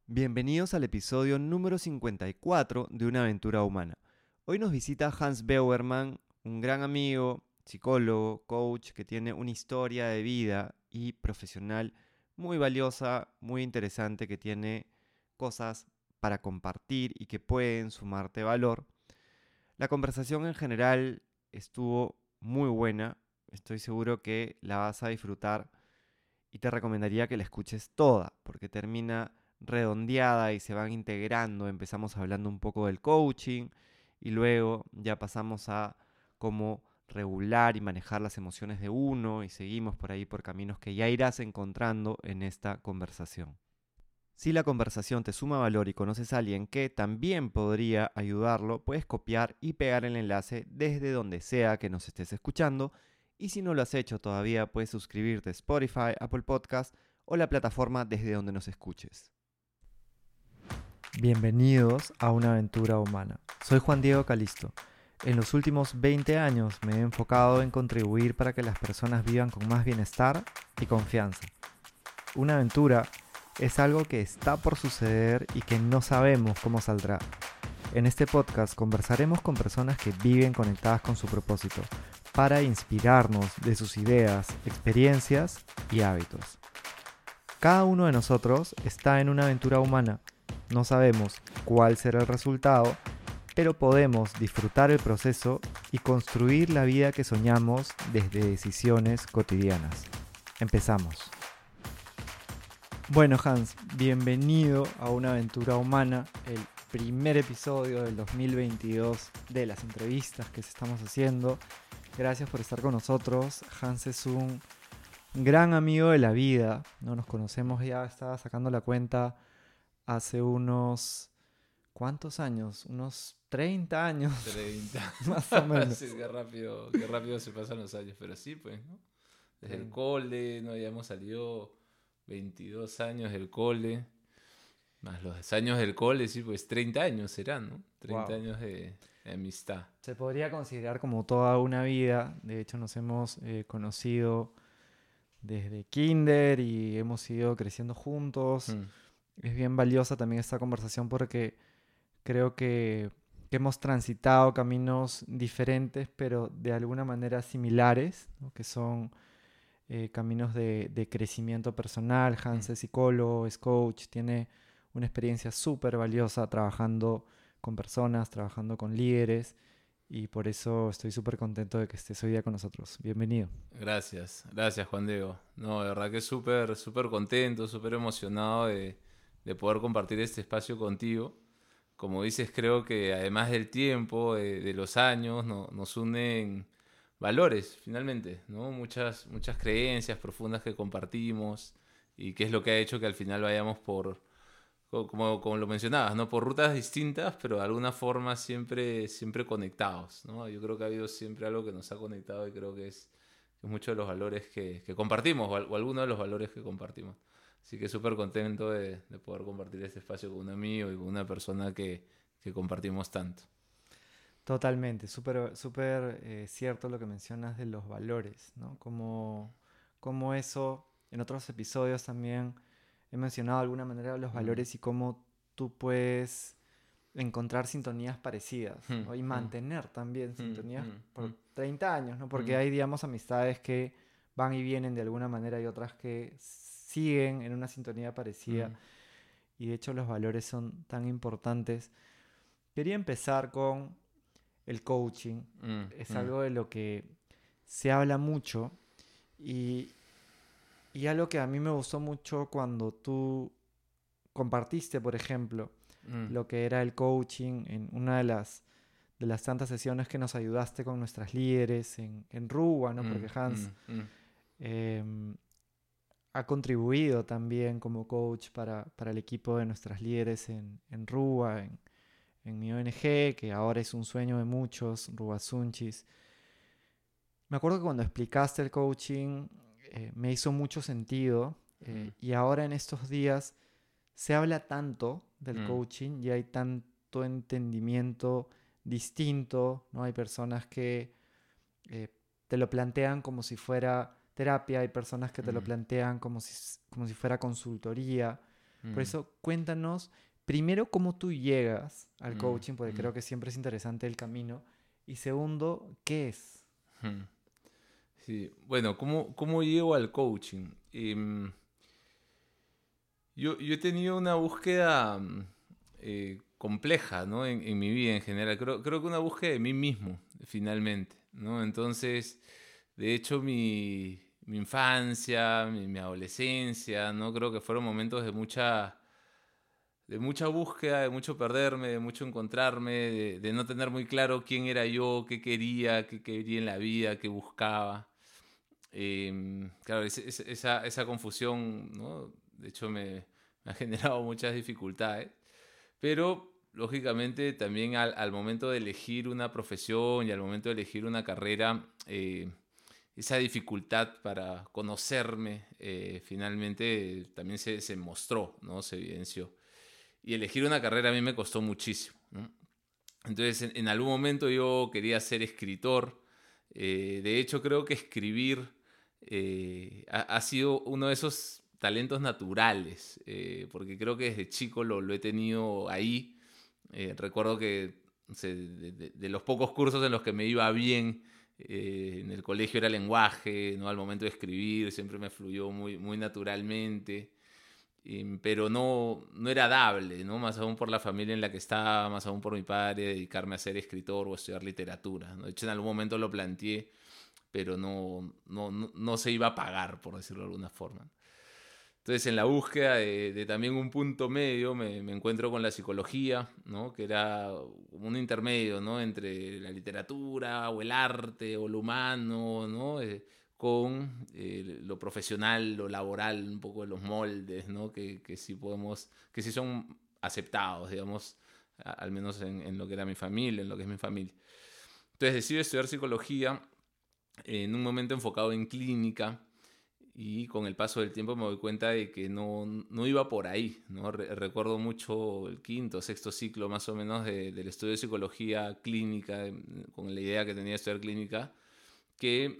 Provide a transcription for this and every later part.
Bienvenidos al episodio número 54 de Una aventura humana. Hoy nos visita Hans Beuermann, un gran amigo, psicólogo, coach que tiene una historia de vida y profesional muy valiosa, muy interesante, que tiene cosas para compartir y que pueden sumarte valor. La conversación en general estuvo muy buena, estoy seguro que la vas a disfrutar y te recomendaría que la escuches toda, porque termina redondeada y se van integrando. Empezamos hablando un poco del coaching y luego ya pasamos a cómo regular y manejar las emociones de uno y seguimos por ahí por caminos que ya irás encontrando en esta conversación. Si la conversación te suma valor y conoces a alguien que también podría ayudarlo, puedes copiar y pegar el enlace desde donde sea que nos estés escuchando. Y si no lo has hecho todavía, puedes suscribirte a Spotify, Apple Podcast o la plataforma desde donde nos escuches. Bienvenidos a Una aventura humana. Soy Juan Diego Calisto. En los últimos 20 años me he enfocado en contribuir para que las personas vivan con más bienestar y confianza. Una aventura es algo que está por suceder y que no sabemos cómo saldrá. En este podcast conversaremos con personas que viven conectadas con su propósito para inspirarnos de sus ideas, experiencias y hábitos. Cada uno de nosotros está en una aventura humana. No sabemos cuál será el resultado, pero podemos disfrutar el proceso y construir la vida que soñamos desde decisiones cotidianas. Empezamos. Bueno, Hans, bienvenido a Una aventura humana, el primer episodio del 2022 de las entrevistas que estamos haciendo. Gracias por estar con nosotros. Hans es un gran amigo de la vida, ¿no? Nos conocemos ya, estaba sacando la cuenta hace unos... ¿Cuántos años? Unos 30 años. 30. Más o menos. Sí, qué rápido se pasan los años, pero sí, pues, ¿no? Desde el cole, ¿no? Ya hemos salido 22 años del cole, más los años del cole, sí, pues 30 años serán, ¿no? 30 Wow. años de amistad. Se podría considerar como toda una vida. De hecho, nos hemos conocido desde kinder y hemos ido creciendo juntos. Mm, Es bien valiosa también esta conversación porque creo que hemos transitado caminos diferentes, pero de alguna manera similares, ¿no? Que son caminos de crecimiento personal. mm. Hans es psicólogo, es coach, tiene una experiencia súper valiosa trabajando con personas, trabajando con líderes, y por eso estoy súper contento de que estés hoy día con nosotros. Bienvenido. Gracias Juan Diego. No, de verdad que súper contento, súper emocionado de poder compartir este espacio contigo. Como dices, creo que además del tiempo, de los años, nos unen valores, finalmente, ¿no? Muchas creencias profundas que compartimos y que es lo que ha hecho que al final vayamos como lo mencionabas, ¿no? Por rutas distintas, pero de alguna forma siempre conectados, ¿no? Yo creo que ha habido siempre algo que nos ha conectado y creo que es muchos de los valores que compartimos o algunos de los valores que compartimos. Así que súper contento de poder compartir este espacio con un amigo y con una persona que compartimos tanto. Totalmente, súper cierto lo que mencionas de los valores, ¿no? Como eso, en otros episodios también he mencionado de alguna manera los Mm, valores y cómo tú puedes encontrar sintonías parecidas, mm, ¿no? Y mm, mantener también mm, sintonías mm, por mm, 30 años, ¿no? Porque mm, hay, digamos, amistades que van y vienen de alguna manera y otras que siguen en una sintonía parecida, mm, y de hecho los valores son tan importantes. Quería empezar con el coaching. mm, Es mm, algo de lo que se habla mucho, y, y algo que a mí me gustó mucho cuando tú compartiste, por ejemplo, mm, lo que era el coaching en una de las tantas sesiones que nos ayudaste con nuestras líderes en Ruwa, ¿no? mm, Porque Hans mm, mm, em, ha contribuido también como coach para el equipo de nuestras líderes en Ruwa, en mi ONG, que ahora es un sueño de muchos, Ruwa Sunchis. Me acuerdo que cuando explicaste el coaching me hizo mucho sentido, mm, y ahora en estos días se habla tanto del mm, coaching y hay tanto entendimiento distinto, ¿no? Hay personas que eh, te lo plantean como si fuera terapia, hay personas que te lo mm, plantean como si fuera consultoría. Por Mm, eso, cuéntanos primero cómo tú llegas al mm, coaching, porque mm, creo que siempre es interesante el camino. Y segundo, ¿qué es? mm. Sí, bueno, ¿cómo llego al coaching? Yo he tenido una búsqueda compleja, ¿no? En mi vida en general. Creo que una búsqueda de mí mismo, finalmente, ¿no? Entonces, de hecho, mi infancia, mi adolescencia, ¿no? Creo que fueron momentos de mucha búsqueda, de mucho perderme, de mucho encontrarme, de no tener muy claro quién era yo, qué quería en la vida, qué buscaba. Claro, esa confusión, ¿no? De hecho, me ha generado muchas dificultades, pero lógicamente también al momento de elegir una profesión y al momento de elegir una carrera, esa dificultad para conocerme finalmente también se mostró, ¿no? Se evidenció. Y elegir una carrera a mí me costó muchísimo, ¿no? Entonces, en algún momento yo quería ser escritor. De hecho, creo que escribir ha sido uno de esos talentos naturales, porque creo que desde chico lo he tenido ahí. Recuerdo que no sé, de los pocos cursos en los que me iba bien en el colegio era lenguaje, ¿no? Al momento de escribir siempre me fluyó muy naturalmente. Pero no era dable, ¿no? Más aún por la familia en la que estaba, más aún por mi padre, dedicarme a ser escritor o a estudiar literatura, ¿no? De hecho, en algún momento lo planteé, pero no se iba a pagar, por decirlo de alguna forma. Entonces, en la búsqueda de también un punto medio, me encuentro con la psicología, ¿no? Que era como un intermedio, ¿no? Entre la literatura o el arte o lo humano, ¿no? Con lo profesional, lo laboral, un poco de los moldes, ¿no? Que sí podemos, que sí son aceptados, digamos, al menos en lo que era mi familia, en lo que es mi familia. Entonces decido estudiar psicología en un momento enfocado en clínica y con el paso del tiempo me doy cuenta de que no iba por ahí, ¿no? Recuerdo mucho el quinto, sexto ciclo más o menos del estudio de psicología clínica, con la idea que tenía de estudiar clínica, que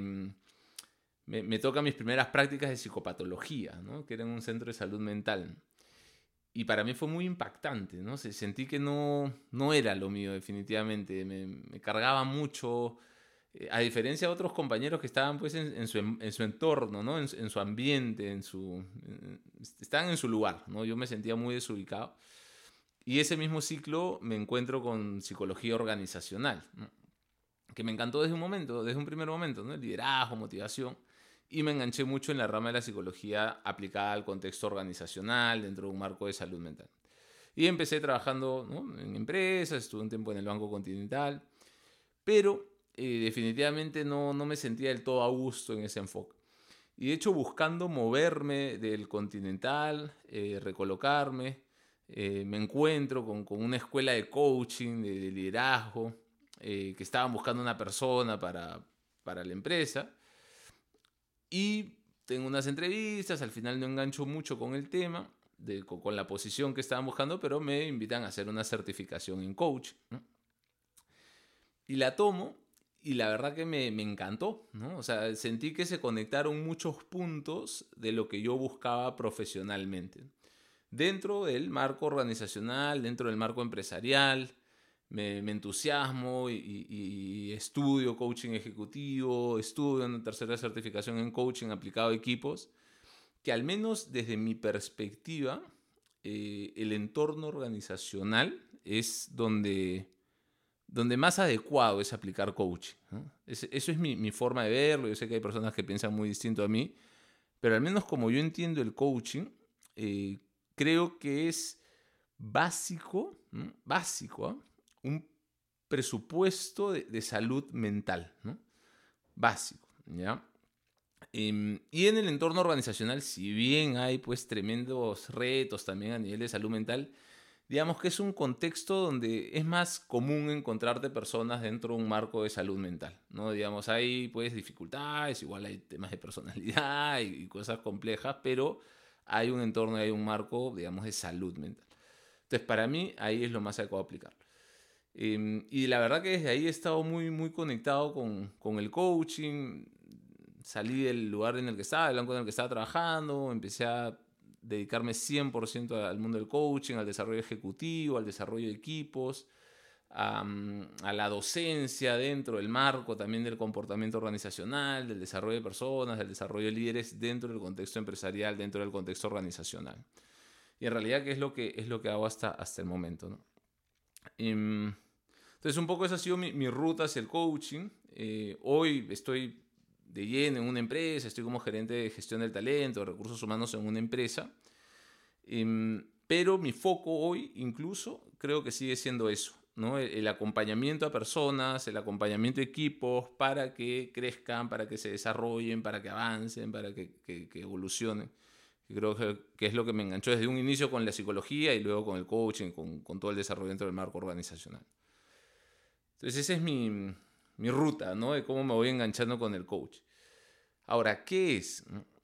me toca mis primeras prácticas de psicopatología, ¿no? Que era en un centro de salud mental. Y para mí fue muy impactante, ¿no? Sentí que no era lo mío definitivamente, me cargaba mucho, a diferencia de otros compañeros que estaban pues en su entorno, ¿no? En su ambiente, estaban en su lugar, ¿no? Yo me sentía muy desubicado. Y ese mismo ciclo me encuentro con psicología organizacional, ¿no? Que me encantó desde un momento, desde un primer momento, ¿no? Liderazgo, motivación. Y me enganché mucho en la rama de la psicología aplicada al contexto organizacional dentro de un marco de salud mental. Y empecé trabajando, ¿no? En empresas, estuve un tiempo en el Banco Continental, pero definitivamente no me sentía del todo a gusto en ese enfoque. Y de hecho buscando moverme del Continental, recolocarme, me encuentro con una escuela de coaching, de liderazgo, que estaban buscando una persona para la empresa. Y tengo unas entrevistas, al final no engancho mucho con el tema, con la posición que estaban buscando, pero me invitan a hacer una certificación en coach, ¿no? Y la tomo y la verdad que me encantó, ¿no? O sea, sentí que se conectaron muchos puntos de lo que yo buscaba profesionalmente. Dentro del marco organizacional, dentro del marco empresarial, me entusiasmo y estudio coaching ejecutivo, estudio una tercera certificación en coaching aplicado a equipos, que al menos desde mi perspectiva, el entorno organizacional es donde más adecuado es aplicar coaching, ¿no? Eso es mi forma de verlo. Yo sé que hay personas que piensan muy distinto a mí, pero al menos como yo entiendo el coaching, eh, creo que es básico, ¿no? Básico, ¿eh? Un presupuesto de salud mental, ¿no? Básico, ¿ya? Y en el entorno organizacional, si bien hay pues tremendos retos también a nivel de salud mental, digamos que es un contexto donde es más común encontrarte personas dentro de un marco de salud mental, ¿no? Digamos, hay pues dificultades, igual hay temas de personalidad y cosas complejas, pero hay un entorno y hay un marco, digamos, de salud mental. Entonces, para mí, ahí es lo más adecuado aplicarlo. Y la verdad que desde ahí he estado muy conectado con el coaching. Salí del lugar en el que estaba, del banco en el que estaba trabajando, empecé a dedicarme 100% al mundo del coaching, al desarrollo ejecutivo, al desarrollo de equipos, a la docencia dentro del marco también del comportamiento organizacional, del desarrollo de personas, del desarrollo de líderes dentro del contexto empresarial, dentro del contexto organizacional. Y en realidad, ¿qué es lo que hago hasta el momento, ¿no? Entonces, un poco esa ha sido mi ruta hacia el coaching. Hoy estoy de lleno en una empresa, estoy como gerente de gestión del talento, de recursos humanos en una empresa. Pero mi foco hoy incluso creo que sigue siendo eso, ¿no? El acompañamiento a personas, el acompañamiento a equipos para que crezcan, para que se desarrollen, para que avancen, para que evolucionen. Y creo que es lo que me enganchó desde un inicio con la psicología y luego con el coaching, con todo el desarrollo dentro del marco organizacional. Entonces esa es mi ruta, ¿no? De cómo me voy enganchando con el coach. Ahora, ¿qué es?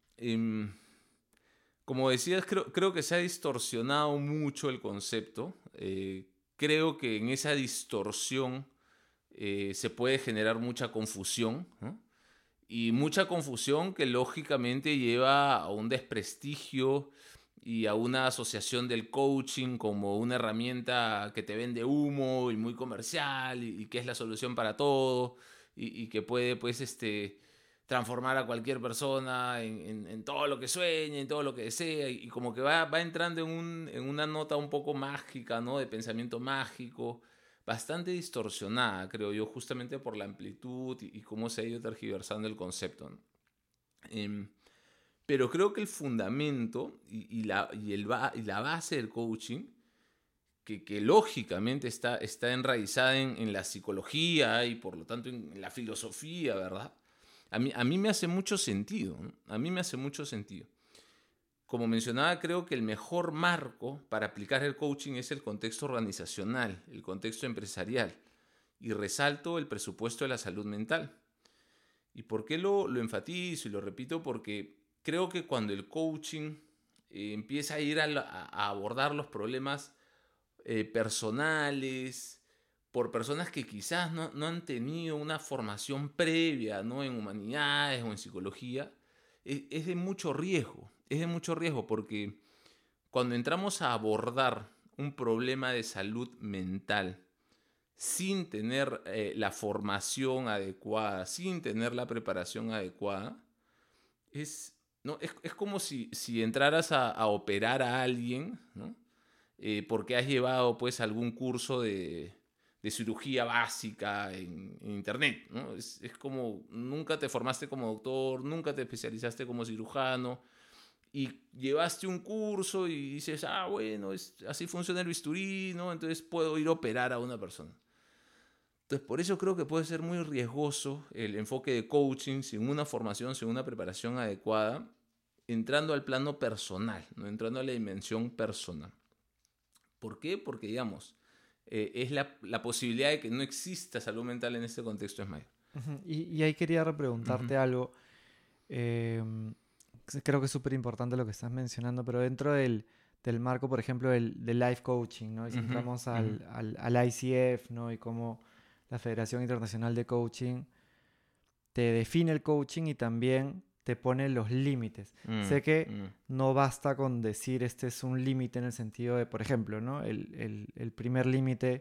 Como decías, creo que se ha distorsionado mucho el concepto. Creo que en esa distorsión se puede generar mucha confusión, ¿no? Y mucha confusión que lógicamente lleva a un desprestigio y a una asociación del coaching como una herramienta que te vende humo y muy comercial y que es la solución para todo y que puede pues transformar a cualquier persona en todo lo que sueña, en todo lo que desea y como que va entrando en una nota un poco mágica, ¿no? De pensamiento mágico, bastante distorsionada, creo yo, justamente por la amplitud y cómo se ha ido tergiversando el concepto, ¿no? Pero creo que el fundamento y la base del coaching, que lógicamente está enraizada en la psicología y por lo tanto en la filosofía, ¿verdad? A mí me hace mucho sentido, ¿no? A mí me hace mucho sentido. Como mencionaba, creo que el mejor marco para aplicar el coaching es el contexto organizacional, el contexto empresarial. Y resalto el presupuesto de la salud mental. ¿Y por qué lo enfatizo y lo repito? Porque creo que cuando el coaching empieza a ir a abordar los problemas personales, por personas que quizás no han tenido una formación previa, ¿no? En humanidades o en psicología, es de mucho riesgo. Es de mucho riesgo porque cuando entramos a abordar un problema de salud mental sin tener la formación adecuada, sin tener la preparación adecuada, es como si entraras a operar a alguien, ¿no? Porque has llevado pues algún curso de cirugía básica en internet, ¿no? Es como nunca te formaste como doctor, nunca te especializaste como cirujano y llevaste un curso y dices, bueno, así funciona el bisturí, ¿no? Entonces puedo ir a operar a una persona. Entonces, por eso creo que puede ser muy riesgoso el enfoque de coaching sin una formación, sin una preparación adecuada, entrando al plano personal, ¿no? Entrando a la dimensión personal. ¿Por qué? Porque, digamos, es la posibilidad de que no exista salud mental en este contexto es mayor. Y ahí quería repreguntarte algo. Creo que es súper importante lo que estás mencionando, pero dentro del marco, por ejemplo, del life coaching, ¿no? Y si entramos al ICF, ¿no? Y cómo la Federación Internacional de Coaching te define el coaching y también te pone los límites. Sé que no basta con decir este es un límite en el sentido de, por ejemplo, ¿no? El primer límite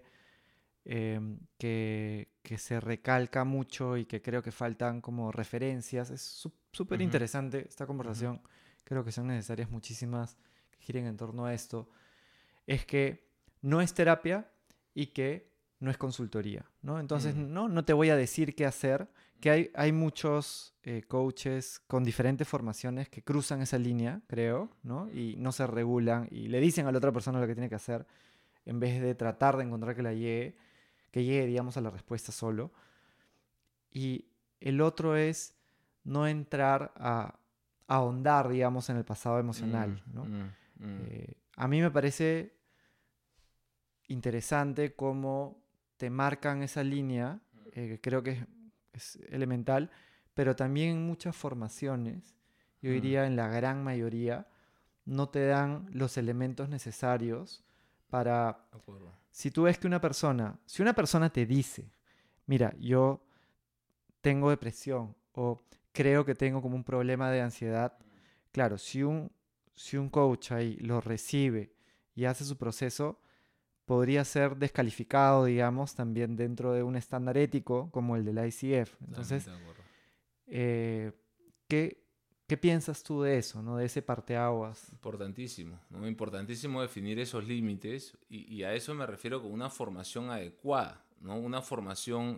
que se recalca mucho y que creo que faltan como referencias. Es súper interesante esta conversación. Creo que son necesarias muchísimas que giren en torno a esto. Es que no es terapia y que no es consultoría, ¿no? Entonces no te voy a decir qué hacer, que hay muchos coaches con diferentes formaciones que cruzan esa línea, creo, ¿no? Y no se regulan y le dicen a la otra persona lo que tiene que hacer en vez de tratar de encontrar que llegue, digamos, a la respuesta solo. Y el otro es no entrar a ahondar, digamos, en el pasado emocional, ¿no? A mí me parece interesante cómo te marcan esa línea, que creo que es elemental, pero también en muchas formaciones, yo diría en la gran mayoría, no te dan los elementos necesarios para... Si tú ves que si una persona te dice, mira, yo tengo depresión o creo que tengo como un problema de ansiedad, claro, si si un coach ahí lo recibe y hace su proceso, podría ser descalificado, digamos, también dentro de un estándar ético como el del ICF. Totalmente Entonces, de acuerdo. eh, ¿qué, qué piensas tú de eso, ¿no? De ese parteaguas. Importantísimo, ¿no? Importantísimo definir esos límites y a eso me refiero con una formación adecuada, ¿no? Una formación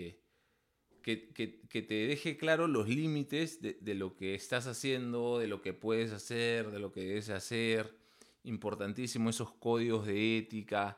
que te deje claro los límites de lo que estás haciendo, de lo que puedes hacer, de lo que debes hacer. Importantísimo esos códigos de ética.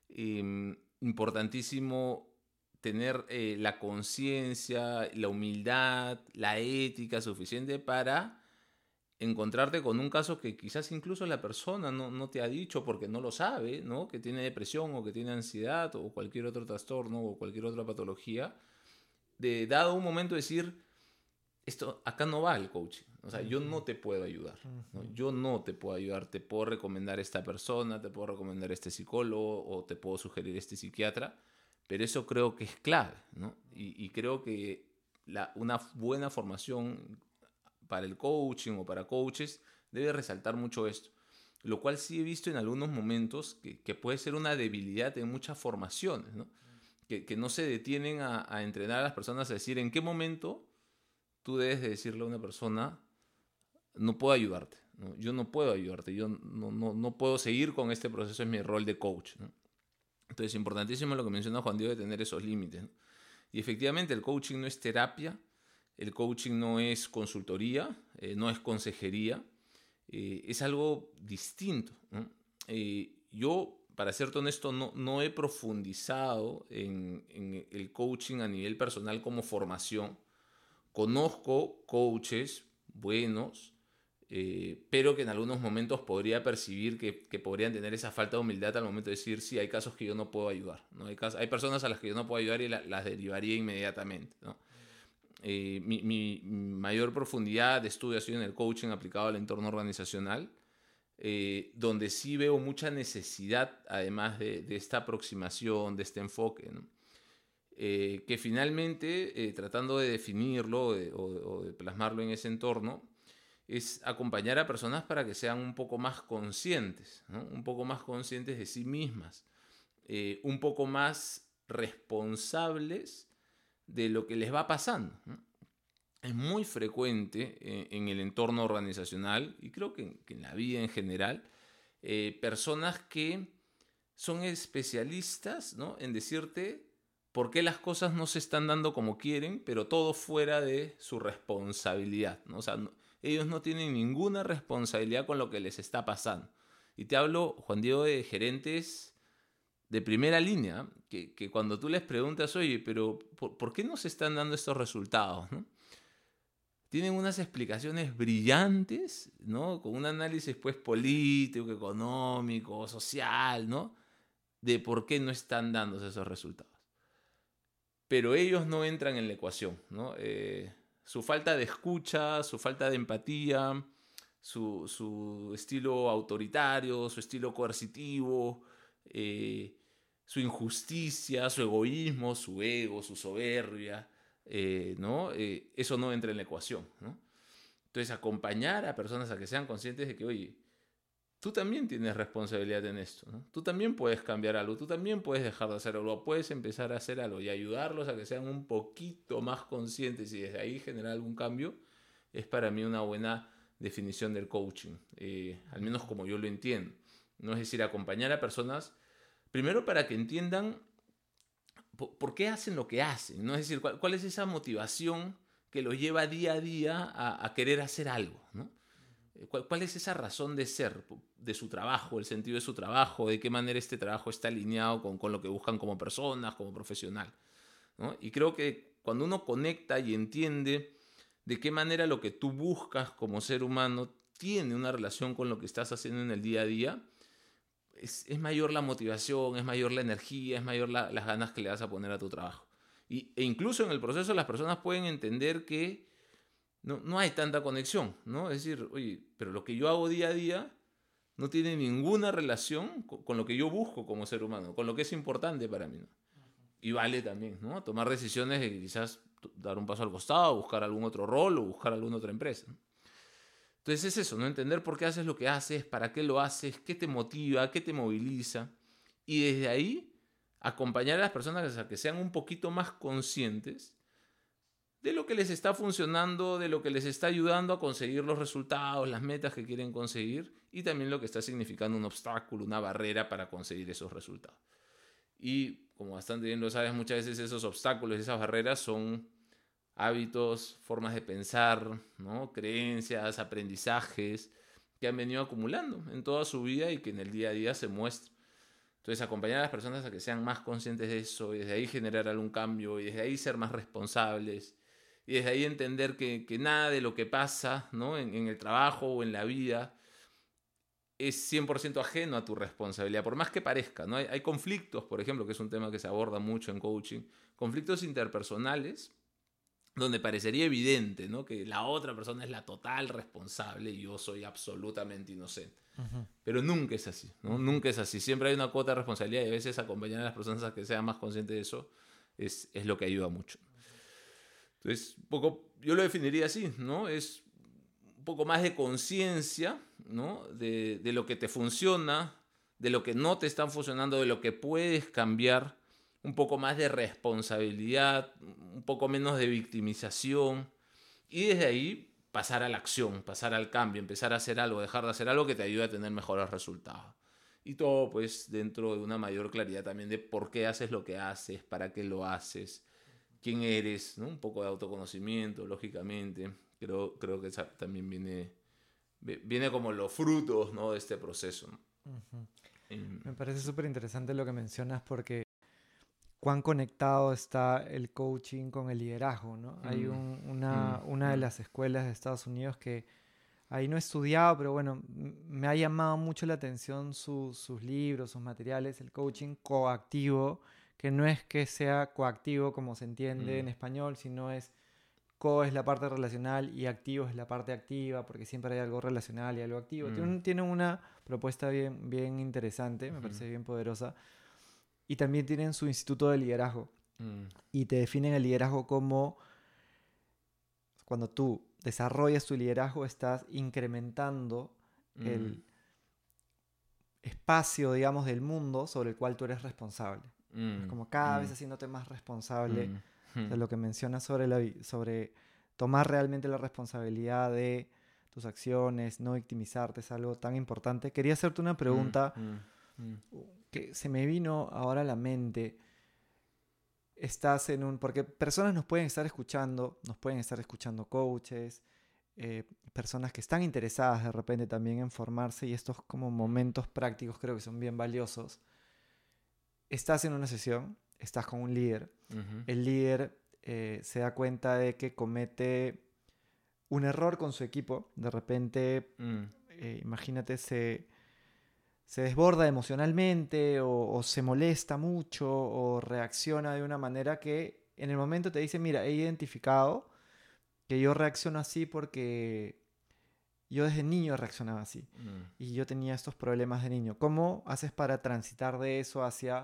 Importantísimo tener la conciencia, la humildad, la ética suficiente para encontrarte con un caso que quizás incluso la persona no te ha dicho porque no lo sabe, ¿no? Que tiene depresión o que tiene ansiedad o cualquier otro trastorno o cualquier otra patología, de dado un momento decir, esto acá no va el coaching, o sea, yo no te puedo ayudar, ¿no? Ujú. Yo no te puedo ayudar, te puedo recomendar esta persona, te puedo recomendar este psicólogo o te puedo sugerir este psiquiatra, pero eso creo que es clave, ¿no? Y creo que una buena formación para el coaching o para coaches debe resaltar mucho esto. Lo cual sí he visto en algunos momentos que puede ser una debilidad en muchas formaciones, ¿no? Que no se detienen a entrenar a las personas a decir en qué momento tú debes de decirle a una persona, no puedo ayudarte, ¿no? Yo no puedo ayudarte, yo no puedo seguir con este proceso en mi rol de coach, ¿no? Entonces, importantísimo lo que menciona Juan Diego de tener esos límites, ¿no? Y efectivamente, el coaching no es terapia, el coaching no es consultoría, no es consejería, es algo distinto, ¿no? Yo, para serte honesto, no he profundizado en el coaching a nivel personal como formación. Conozco coaches buenos, pero que en algunos momentos podría percibir que podrían tener esa falta de humildad al momento de decir, sí, hay casos que yo no puedo ayudar, ¿no? Hay personas a las que yo no puedo ayudar y las derivaría inmediatamente, ¿no? Mi mayor profundidad de estudio ha sido en el coaching aplicado al entorno organizacional, donde sí veo mucha necesidad, además de esta aproximación, de este enfoque, ¿no? Que finalmente, tratando de definirlo o de plasmarlo en ese entorno, es acompañar a personas para que sean un poco más conscientes, ¿no? Un poco más conscientes de sí mismas, un poco más responsables de lo que les va pasando, ¿no? Es muy frecuente en el entorno organizacional y creo que en la vida en general, personas que son especialistas, ¿no? En decirte por qué las cosas no se están dando como quieren, pero todo fuera de su responsabilidad, ¿no? O sea, ellos no tienen ninguna responsabilidad con lo que les está pasando. Y te hablo, Juan Diego, de gerentes de primera línea, que cuando tú les preguntas, oye, pero ¿por qué no se están dando estos resultados, ¿no? Tienen unas explicaciones brillantes, ¿no? Con un análisis pues político, económico, social, ¿no? De por qué no están dándose esos resultados. Pero ellos no entran en la ecuación, ¿no? Su falta de escucha, su falta de empatía, su estilo autoritario, su estilo coercitivo, su injusticia, su egoísmo, su ego, su soberbia, ¿no? Eso no entra en la ecuación, ¿no? Entonces, acompañar a personas a que sean conscientes de que, oye, tú también tienes responsabilidad en esto, ¿no? Tú también puedes cambiar algo, tú también puedes dejar de hacer algo, puedes empezar a hacer algo y ayudarlos a que sean un poquito más conscientes y desde ahí generar algún cambio, es para mí una buena definición del coaching, al menos como yo lo entiendo, ¿no? Es decir, acompañar a personas, primero para que entiendan por qué hacen lo que hacen, ¿no? Es decir, cuál es esa motivación que los lleva día a día a querer hacer algo, ¿no? ¿Cuál es esa razón de ser de su trabajo, el sentido de su trabajo, de qué manera este trabajo está alineado con lo que buscan como personas, como profesional, ¿no? Y creo que cuando uno conecta y entiende de qué manera lo que tú buscas como ser humano tiene una relación con lo que estás haciendo en el día a día, es mayor la motivación, es mayor la energía, es mayor las ganas que le vas a poner a tu trabajo. E incluso en el proceso las personas pueden entender que no hay tanta conexión, ¿no? Es decir, oye, pero lo que yo hago día a día no tiene ninguna relación con lo que yo busco como ser humano, con lo que es importante para mí, ¿no? Y vale también, ¿no? Tomar decisiones de quizás dar un paso al costado, buscar algún otro rol o buscar alguna otra empresa, ¿no? Entonces es eso, ¿no? Entender por qué haces lo que haces, para qué lo haces, qué te motiva, qué te moviliza. Y desde ahí acompañar a las personas a que sean un poquito más conscientes de lo que les está funcionando, de lo que les está ayudando a conseguir los resultados, las metas que quieren conseguir y también lo que está significando un obstáculo, una barrera para conseguir esos resultados. Y como bastante bien lo sabes, muchas veces esos obstáculos, esas barreras son hábitos, formas de pensar, ¿no? Creencias, aprendizajes que han venido acumulando en toda su vida y que en el día a día se muestran. Entonces, acompañar a las personas a que sean más conscientes de eso y desde ahí generar algún cambio y desde ahí ser más responsables y desde ahí entender que nada de lo que pasa, ¿no? en el trabajo o en la vida es 100% ajeno a tu responsabilidad, por más que parezca, ¿no? Hay conflictos, por ejemplo, que es un tema que se aborda mucho en coaching, conflictos interpersonales donde parecería evidente, ¿no? Que la otra persona es la total responsable y yo soy absolutamente inocente. Ujú. Pero nunca es así, ¿no? Ujú. Nunca es así. Siempre hay una cuota de responsabilidad y a veces acompañar a las personas a que sean más conscientes de eso es lo que ayuda mucho. Entonces, un poco, yo lo definiría así, ¿no? Es un poco más de conciencia, ¿no? De lo que te funciona, de lo que no te está funcionando, de lo que puedes cambiar, un poco más de responsabilidad, un poco menos de victimización y desde ahí pasar a la acción, pasar al cambio, empezar a hacer algo, dejar de hacer algo que te ayude a tener mejores resultados. Y todo pues dentro de una mayor claridad también de por qué haces lo que haces, para qué lo haces, quién eres, ¿no? Un poco de autoconocimiento, lógicamente. Creo que también viene como los frutos, ¿no? De este proceso, ¿no? Ujú. Em, Me parece súper interesante lo que mencionas porque cuán conectado está el coaching con el liderazgo, ¿no? Hay mm, mm, una de mm, las escuelas de Estados Unidos que ahí no he estudiado, pero bueno, me ha llamado mucho la atención sus libros, sus materiales, el coaching coactivo, que no es que sea coactivo como se entiende mm, en español, sino es co es la parte relacional y activo es la parte activa, porque siempre hay algo relacional y algo activo. mm, Tienen una propuesta bien, bien interesante, me ujú, parece bien poderosa, y también tienen su instituto de liderazgo, mm, y te definen el liderazgo como cuando tú desarrollas tu liderazgo, estás incrementando mm, el espacio, digamos, del mundo sobre el cual tú eres responsable. Es mm, como cada vez mm, haciéndote más responsable mm, de mm, lo que mencionas sobre, sobre tomar realmente la responsabilidad de tus acciones, no victimizarte, es algo tan importante. Quería hacerte una mm, pregunta mm, mm, que se me vino ahora a la mente. Estás en un... Porque personas nos pueden estar escuchando coaches, personas que están interesadas de repente también en formarse y estos como momentos prácticos creo que son bien valiosos. Estás en una sesión, estás con un líder, ujú, el líder se da cuenta de que comete un error con su equipo, de repente, mm, imagínate, se desborda emocionalmente o se molesta mucho o reacciona de una manera que en el momento te dice, mira, he identificado que yo reacciono así porque yo desde niño reaccionaba así mm, y yo tenía estos problemas de niño. ¿Cómo haces para transitar de eso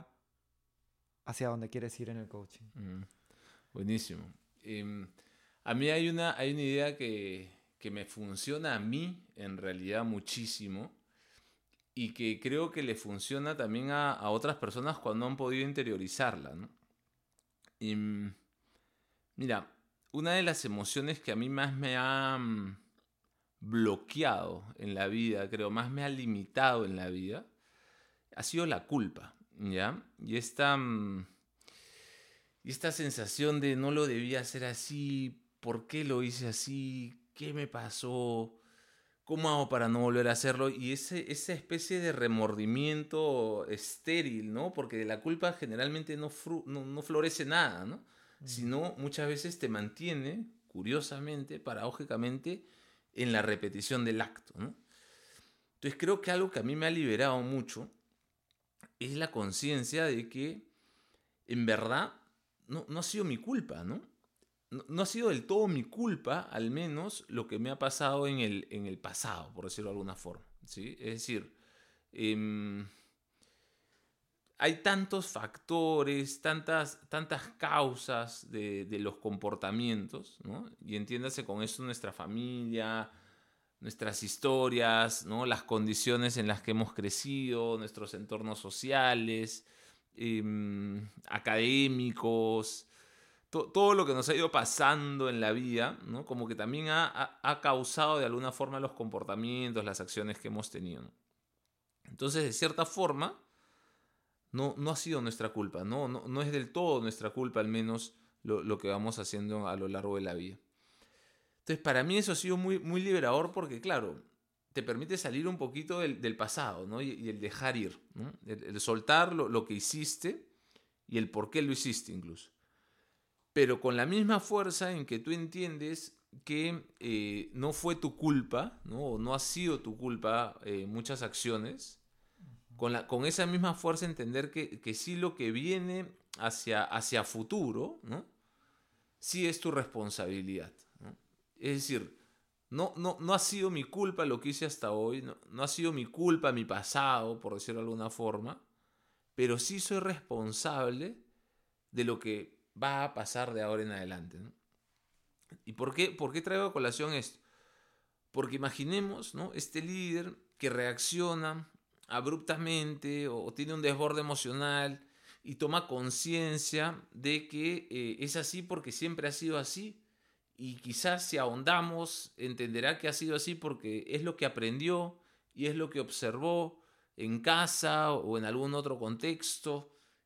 hacia donde quieres ir en el coaching? mm. Buenísimo. Em, a mí hay una idea que me funciona a mí en realidad muchísimo y que creo que le funciona también a otras personas cuando han podido interiorizarla, ¿no? Y, mira, una de las emociones que a mí más me ha bloqueado en la vida, creo, más me ha limitado en la vida, ha sido la culpa, ¿ya? Y esta sensación de no lo debía hacer así, ¿por qué lo hice así? ¿Qué me pasó? ¿Cómo hago para no volver a hacerlo? Y esa especie de remordimiento estéril, ¿no? Porque de la culpa generalmente no florece nada, ¿no? Mm, Sino muchas veces te mantiene, curiosamente, paradójicamente, en la repetición del acto, ¿no? Entonces creo que algo que a mí me ha liberado mucho es la conciencia de que en verdad no ha sido mi culpa, ¿no? No ha sido del todo mi culpa, al menos, lo que me ha pasado en el pasado, por decirlo de alguna forma, ¿sí? Es decir, em, hay tantos factores, tantas causas de los comportamientos, ¿no? Y entiéndase con esto nuestra familia, nuestras historias, ¿no? Las condiciones en las que hemos crecido, nuestros entornos sociales, académicos, todo lo que nos ha ido pasando en la vida, ¿no? Como que también ha causado de alguna forma los comportamientos, las acciones que hemos tenido, ¿no? Entonces, de cierta forma, no ha sido nuestra culpa, no es del todo nuestra culpa, al menos lo que vamos haciendo a lo largo de la vida. Entonces, para mí eso ha sido muy, muy liberador porque, claro, te permite salir un poquito del pasado, ¿no? Y el dejar ir, ¿no? El soltar lo que hiciste y el por qué lo hiciste incluso. Pero con la misma fuerza en que tú entiendes que no fue tu culpa, ¿no? O no ha sido tu culpa muchas acciones, con esa misma fuerza entender que sí lo que viene hacia futuro, ¿no? Sí es tu responsabilidad, ¿no? Es decir, no ha sido mi culpa lo que hice hasta hoy, no ha sido mi culpa mi pasado, por decirlo de alguna forma, pero sí soy responsable de lo que va a pasar de ahora en adelante, ¿no? ¿Y por qué traigo a colación esto? Porque imaginemos, ¿no? Este líder que reacciona abruptamente o tiene un desborde emocional y toma conciencia de que es así porque siempre ha sido así. Y quizás si ahondamos entenderá que ha sido así porque es lo que aprendió y es lo que observó en casa o en algún otro contexto.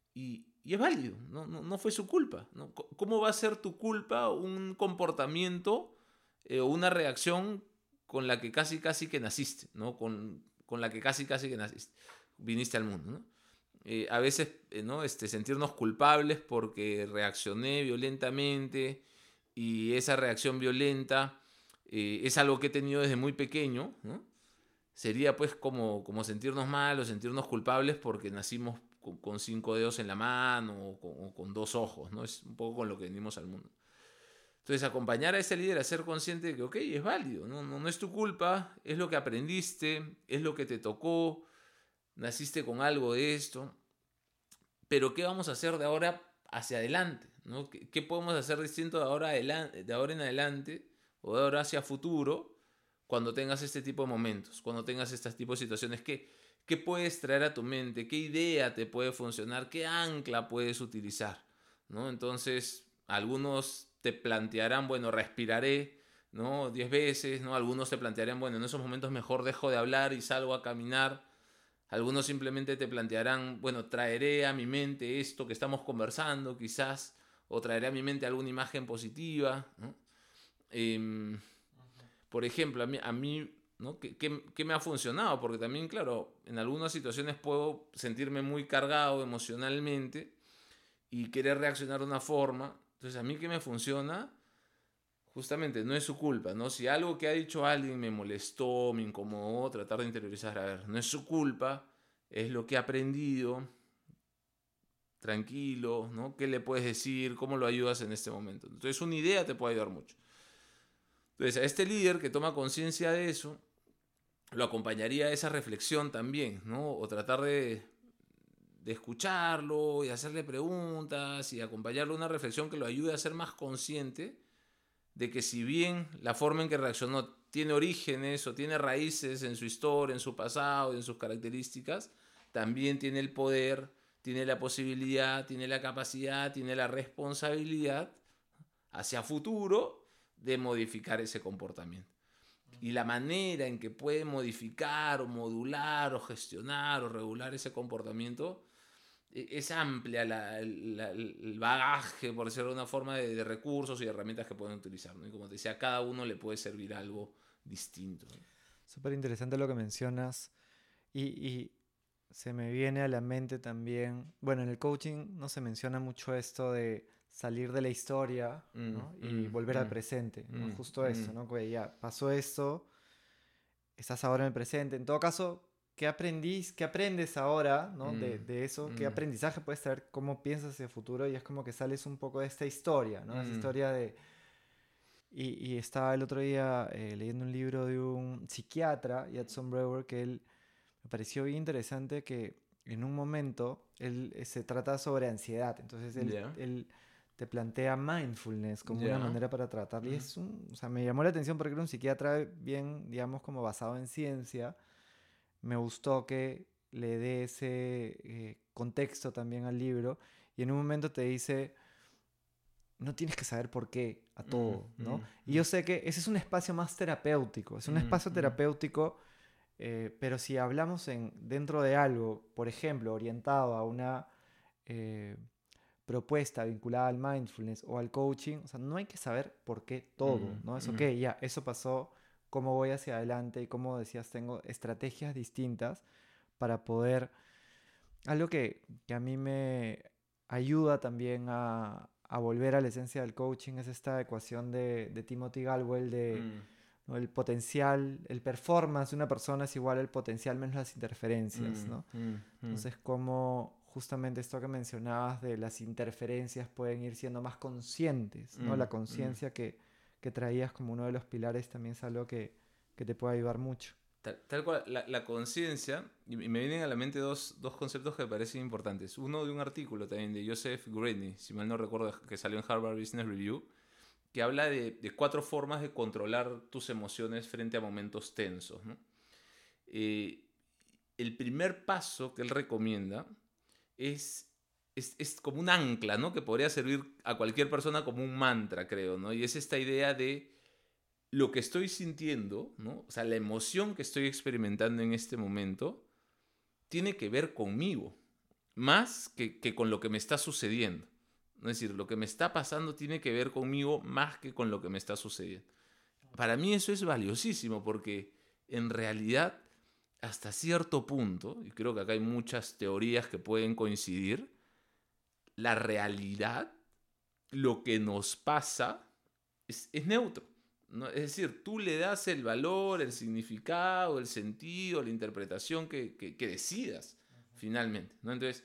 Y es válido, no fue su culpa, ¿no? ¿Cómo va a ser tu culpa un comportamiento o una reacción con la que casi que naciste, ¿no? Con la que casi que naciste, viniste al mundo, ¿no? A veces, ¿no? Sentirnos culpables porque reaccioné violentamente y esa reacción violenta es algo que he tenido desde muy pequeño, ¿no? Sería pues como sentirnos mal o sentirnos culpables porque nacimos con 5 dedos en la mano o con 2 ojos, ¿no? Es un poco con lo que venimos al mundo. Entonces, acompañar a ese líder a ser consciente de que, ok, es válido, no es tu culpa, es lo que aprendiste, es lo que te tocó, naciste con algo de esto, pero ¿qué vamos a hacer de ahora hacia adelante? ¿No? ¿Qué podemos hacer distinto de ahora en adelante o de ahora hacia futuro cuando tengas este tipo de momentos, cuando tengas este tipo de situaciones? ¿Qué puedes traer a tu mente? ¿Qué idea te puede funcionar? ¿Qué ancla puedes utilizar? ¿No? Entonces, algunos te plantearán, bueno, respiraré, ¿no? 10 veces, ¿no? Algunos te plantearán, bueno, en esos momentos mejor dejo de hablar y salgo a caminar. Algunos simplemente te plantearán, bueno, traeré a mi mente esto que estamos conversando, quizás, o traeré a mi mente alguna imagen positiva, ¿no? Eh, por ejemplo, a mí ¿no? ¿Qué me ha funcionado? Porque también, claro, en algunas situaciones puedo sentirme muy cargado emocionalmente y querer reaccionar de una forma. Entonces, a mí qué me funciona, justamente no es su culpa, ¿no? Si algo que ha dicho alguien me molestó, me incomodó, tratar de interiorizar, a ver, no es su culpa, es lo que ha aprendido, tranquilo, ¿no? ¿Qué le puedes decir? ¿Cómo lo ayudas en este momento? Entonces, una idea te puede ayudar mucho. Entonces, a este líder que toma conciencia de eso, lo acompañaría a esa reflexión también, ¿no? O tratar de escucharlo y hacerle preguntas y acompañarlo a una reflexión que lo ayude a ser más consciente de que si bien la forma en que reaccionó tiene orígenes o tiene raíces en su historia, en su pasado, en sus características, también tiene el poder, tiene la posibilidad, tiene la capacidad, tiene la responsabilidad hacia futuro de modificar ese comportamiento. Y la manera en que puede modificar o modular o gestionar o regular ese comportamiento es amplia el bagaje, por decirlo de una forma, de recursos y herramientas que pueden utilizar, ¿no? Y como te decía, a cada uno le puede servir algo distinto, ¿no? Súper interesante lo que mencionas y se me viene a la mente también, bueno, en el coaching no se menciona mucho esto de salir de la historia, ¿no? Y volver al presente, ¿no? Justo eso, ¿no? Que ya pasó esto, estás ahora en el presente. En todo caso, qué aprendes ahora, ¿no? De eso? ¿Qué aprendizaje puedes traer? ¿Cómo piensas hacia el futuro? Y es como que sales un poco de esta historia, ¿no? Esa historia de... Y estaba el otro día leyendo un libro de un psiquiatra, Judson Brewer, que él me pareció bien interesante que en un momento él se trata sobre ansiedad. Entonces Ya. él te plantea mindfulness como una Ya. manera para tratarlo. Y Ujú. o sea, me llamó la atención porque era un psiquiatra bien, digamos, como basado en ciencia. Me gustó que le dé ese contexto también al libro. Y en un momento te dice, no tienes que saber por qué a Mm, todo, ¿no? mm, Y yo mm, sé que ese es un espacio más terapéutico, es un mm, espacio mm, terapéutico, pero si hablamos dentro de algo, por ejemplo, orientado a una eh, propuesta vinculada al mindfulness o al coaching, o sea, no hay que saber por qué todo, mm, ¿no? Es ok, mm. ya, eso pasó, cómo voy hacia adelante y como decías, tengo estrategias distintas para poder algo que a mí me ayuda también a volver a la esencia del coaching es esta ecuación de Timothy Galwell de Mm, ¿no? El potencial, el performance de una persona es igual al potencial menos las interferencias, mm, ¿no? mm, mm. Entonces, como justamente esto que mencionabas de las interferencias pueden ir siendo más conscientes, ¿no? Mm, La mm. conciencia que traías como uno de los pilares también es algo que te puede ayudar mucho. Tal cual, la conciencia, y me vienen a la mente dos conceptos que me parecen importantes. Uno de un artículo también de Joseph Gradney, si mal no recuerdo, que salió en Harvard Business Review, que habla de 4 formas de controlar tus emociones frente a momentos tensos, ¿no? Eh, el primer paso que él recomienda es, es como un ancla, ¿no? Que podría servir a cualquier persona como un mantra, creo, ¿no? Y es esta idea de lo que estoy sintiendo, ¿no? O sea, la emoción que estoy experimentando en este momento tiene que ver conmigo, más que con lo que me está sucediendo. Es decir, lo que me está pasando tiene que ver conmigo más que con lo que me está sucediendo. Para mí eso es valiosísimo porque en realidad, hasta cierto punto, y creo que acá hay muchas teorías que pueden coincidir, la realidad, lo que nos pasa, es neutro, ¿no? Es decir, tú le das el valor, el significado, el sentido, la interpretación que decidas finalmente, ¿no? Entonces,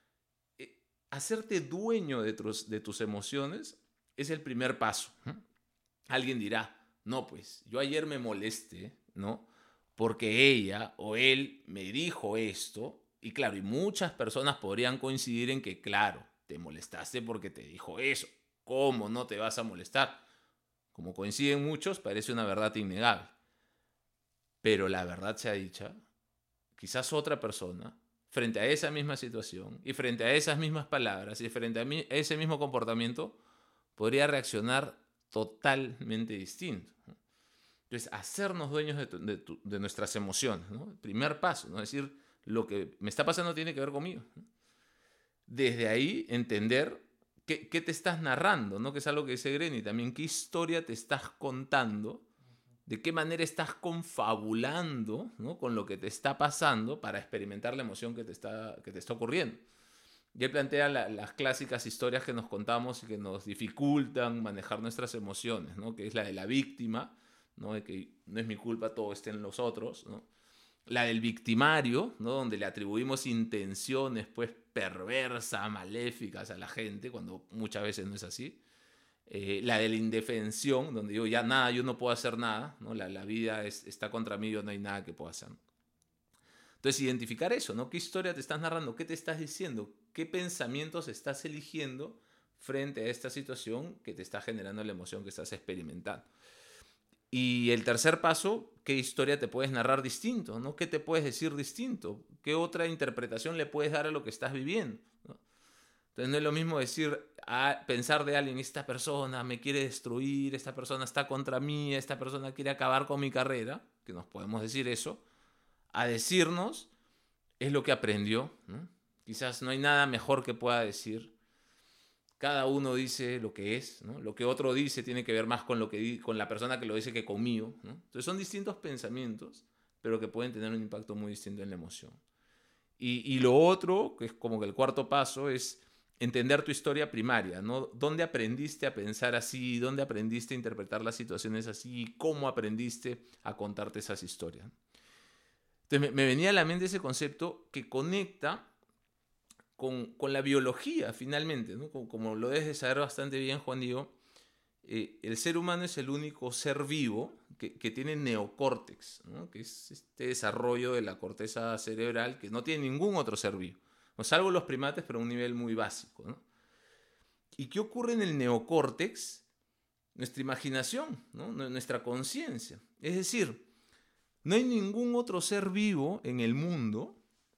hacerte dueño de tus emociones es el primer paso, ¿no? Alguien dirá, no, pues yo ayer me molesté, ¿no? Porque ella o él me dijo esto, y claro, y muchas personas podrían coincidir en que, claro, te molestaste porque te dijo eso. ¿Cómo no te vas a molestar? Como coinciden muchos, parece una verdad innegable. Pero la verdad sea dicha, quizás otra persona, frente a esa misma situación y frente a esas mismas palabras y frente a ese mismo comportamiento, podría reaccionar totalmente distinto. Entonces, hacernos dueños de nuestras emociones, ¿no? El primer paso, ¿no? Es decir, lo que me está pasando tiene que ver conmigo. Desde ahí, entender qué te estás narrando, ¿no? Que es algo que dice Greni también, qué historia te estás contando, de qué manera estás confabulando, ¿no? Con lo que te está pasando para experimentar la emoción que te está ocurriendo. Y él plantea las clásicas historias que nos contamos y que nos dificultan manejar nuestras emociones, ¿no? Que es la de la víctima, ¿no? De que no es mi culpa, todo está en los otros, ¿no? La del victimario, ¿no? Donde le atribuimos intenciones pues perversas, maléficas a la gente, cuando muchas veces no es así. La de la indefensión, donde digo, ya nada, yo no puedo hacer nada, ¿no? La vida está contra mí, yo no hay nada que pueda hacer. Entonces, identificar eso, ¿no? ¿Qué historia te estás narrando? ¿Qué te estás diciendo? ¿Qué pensamientos estás eligiendo frente a esta situación que te está generando la emoción que estás experimentando? Y el tercer paso, ¿qué historia te puedes narrar distinto? ¿No? ¿Qué te puedes decir distinto? ¿Qué otra interpretación le puedes dar a lo que estás viviendo? ¿No? Entonces no es lo mismo decir, pensar de alguien, esta persona me quiere destruir, esta persona está contra mí, esta persona quiere acabar con mi carrera, que nos podemos decir eso, a decirnos, es lo que aprendió, ¿no? Quizás no hay nada mejor que pueda decir. Cada uno dice lo que es, ¿no? Lo que otro dice tiene que ver más con, con la persona que lo dice que conmigo, ¿no? Entonces son distintos pensamientos, pero que pueden tener un impacto muy distinto en la emoción. Y lo otro, que es como que el cuarto paso, es entender tu historia primaria, ¿no? ¿Dónde aprendiste a pensar así? ¿Dónde aprendiste a interpretar las situaciones así? ¿Cómo aprendiste a contarte esas historias? Entonces me venía a la mente ese concepto que conecta con la biología, finalmente, ¿no? Como lo debes de saber bastante bien, Juan Diego, el ser humano es el único ser vivo que tiene neocórtex, ¿no? Que es este desarrollo de la corteza cerebral que no tiene ningún otro ser vivo, no, salvo los primates, pero a un nivel muy básico, ¿no? ¿Y qué ocurre en el neocórtex? Nuestra imaginación, ¿no? Nuestra conciencia. Es decir, no hay ningún otro ser vivo en el mundo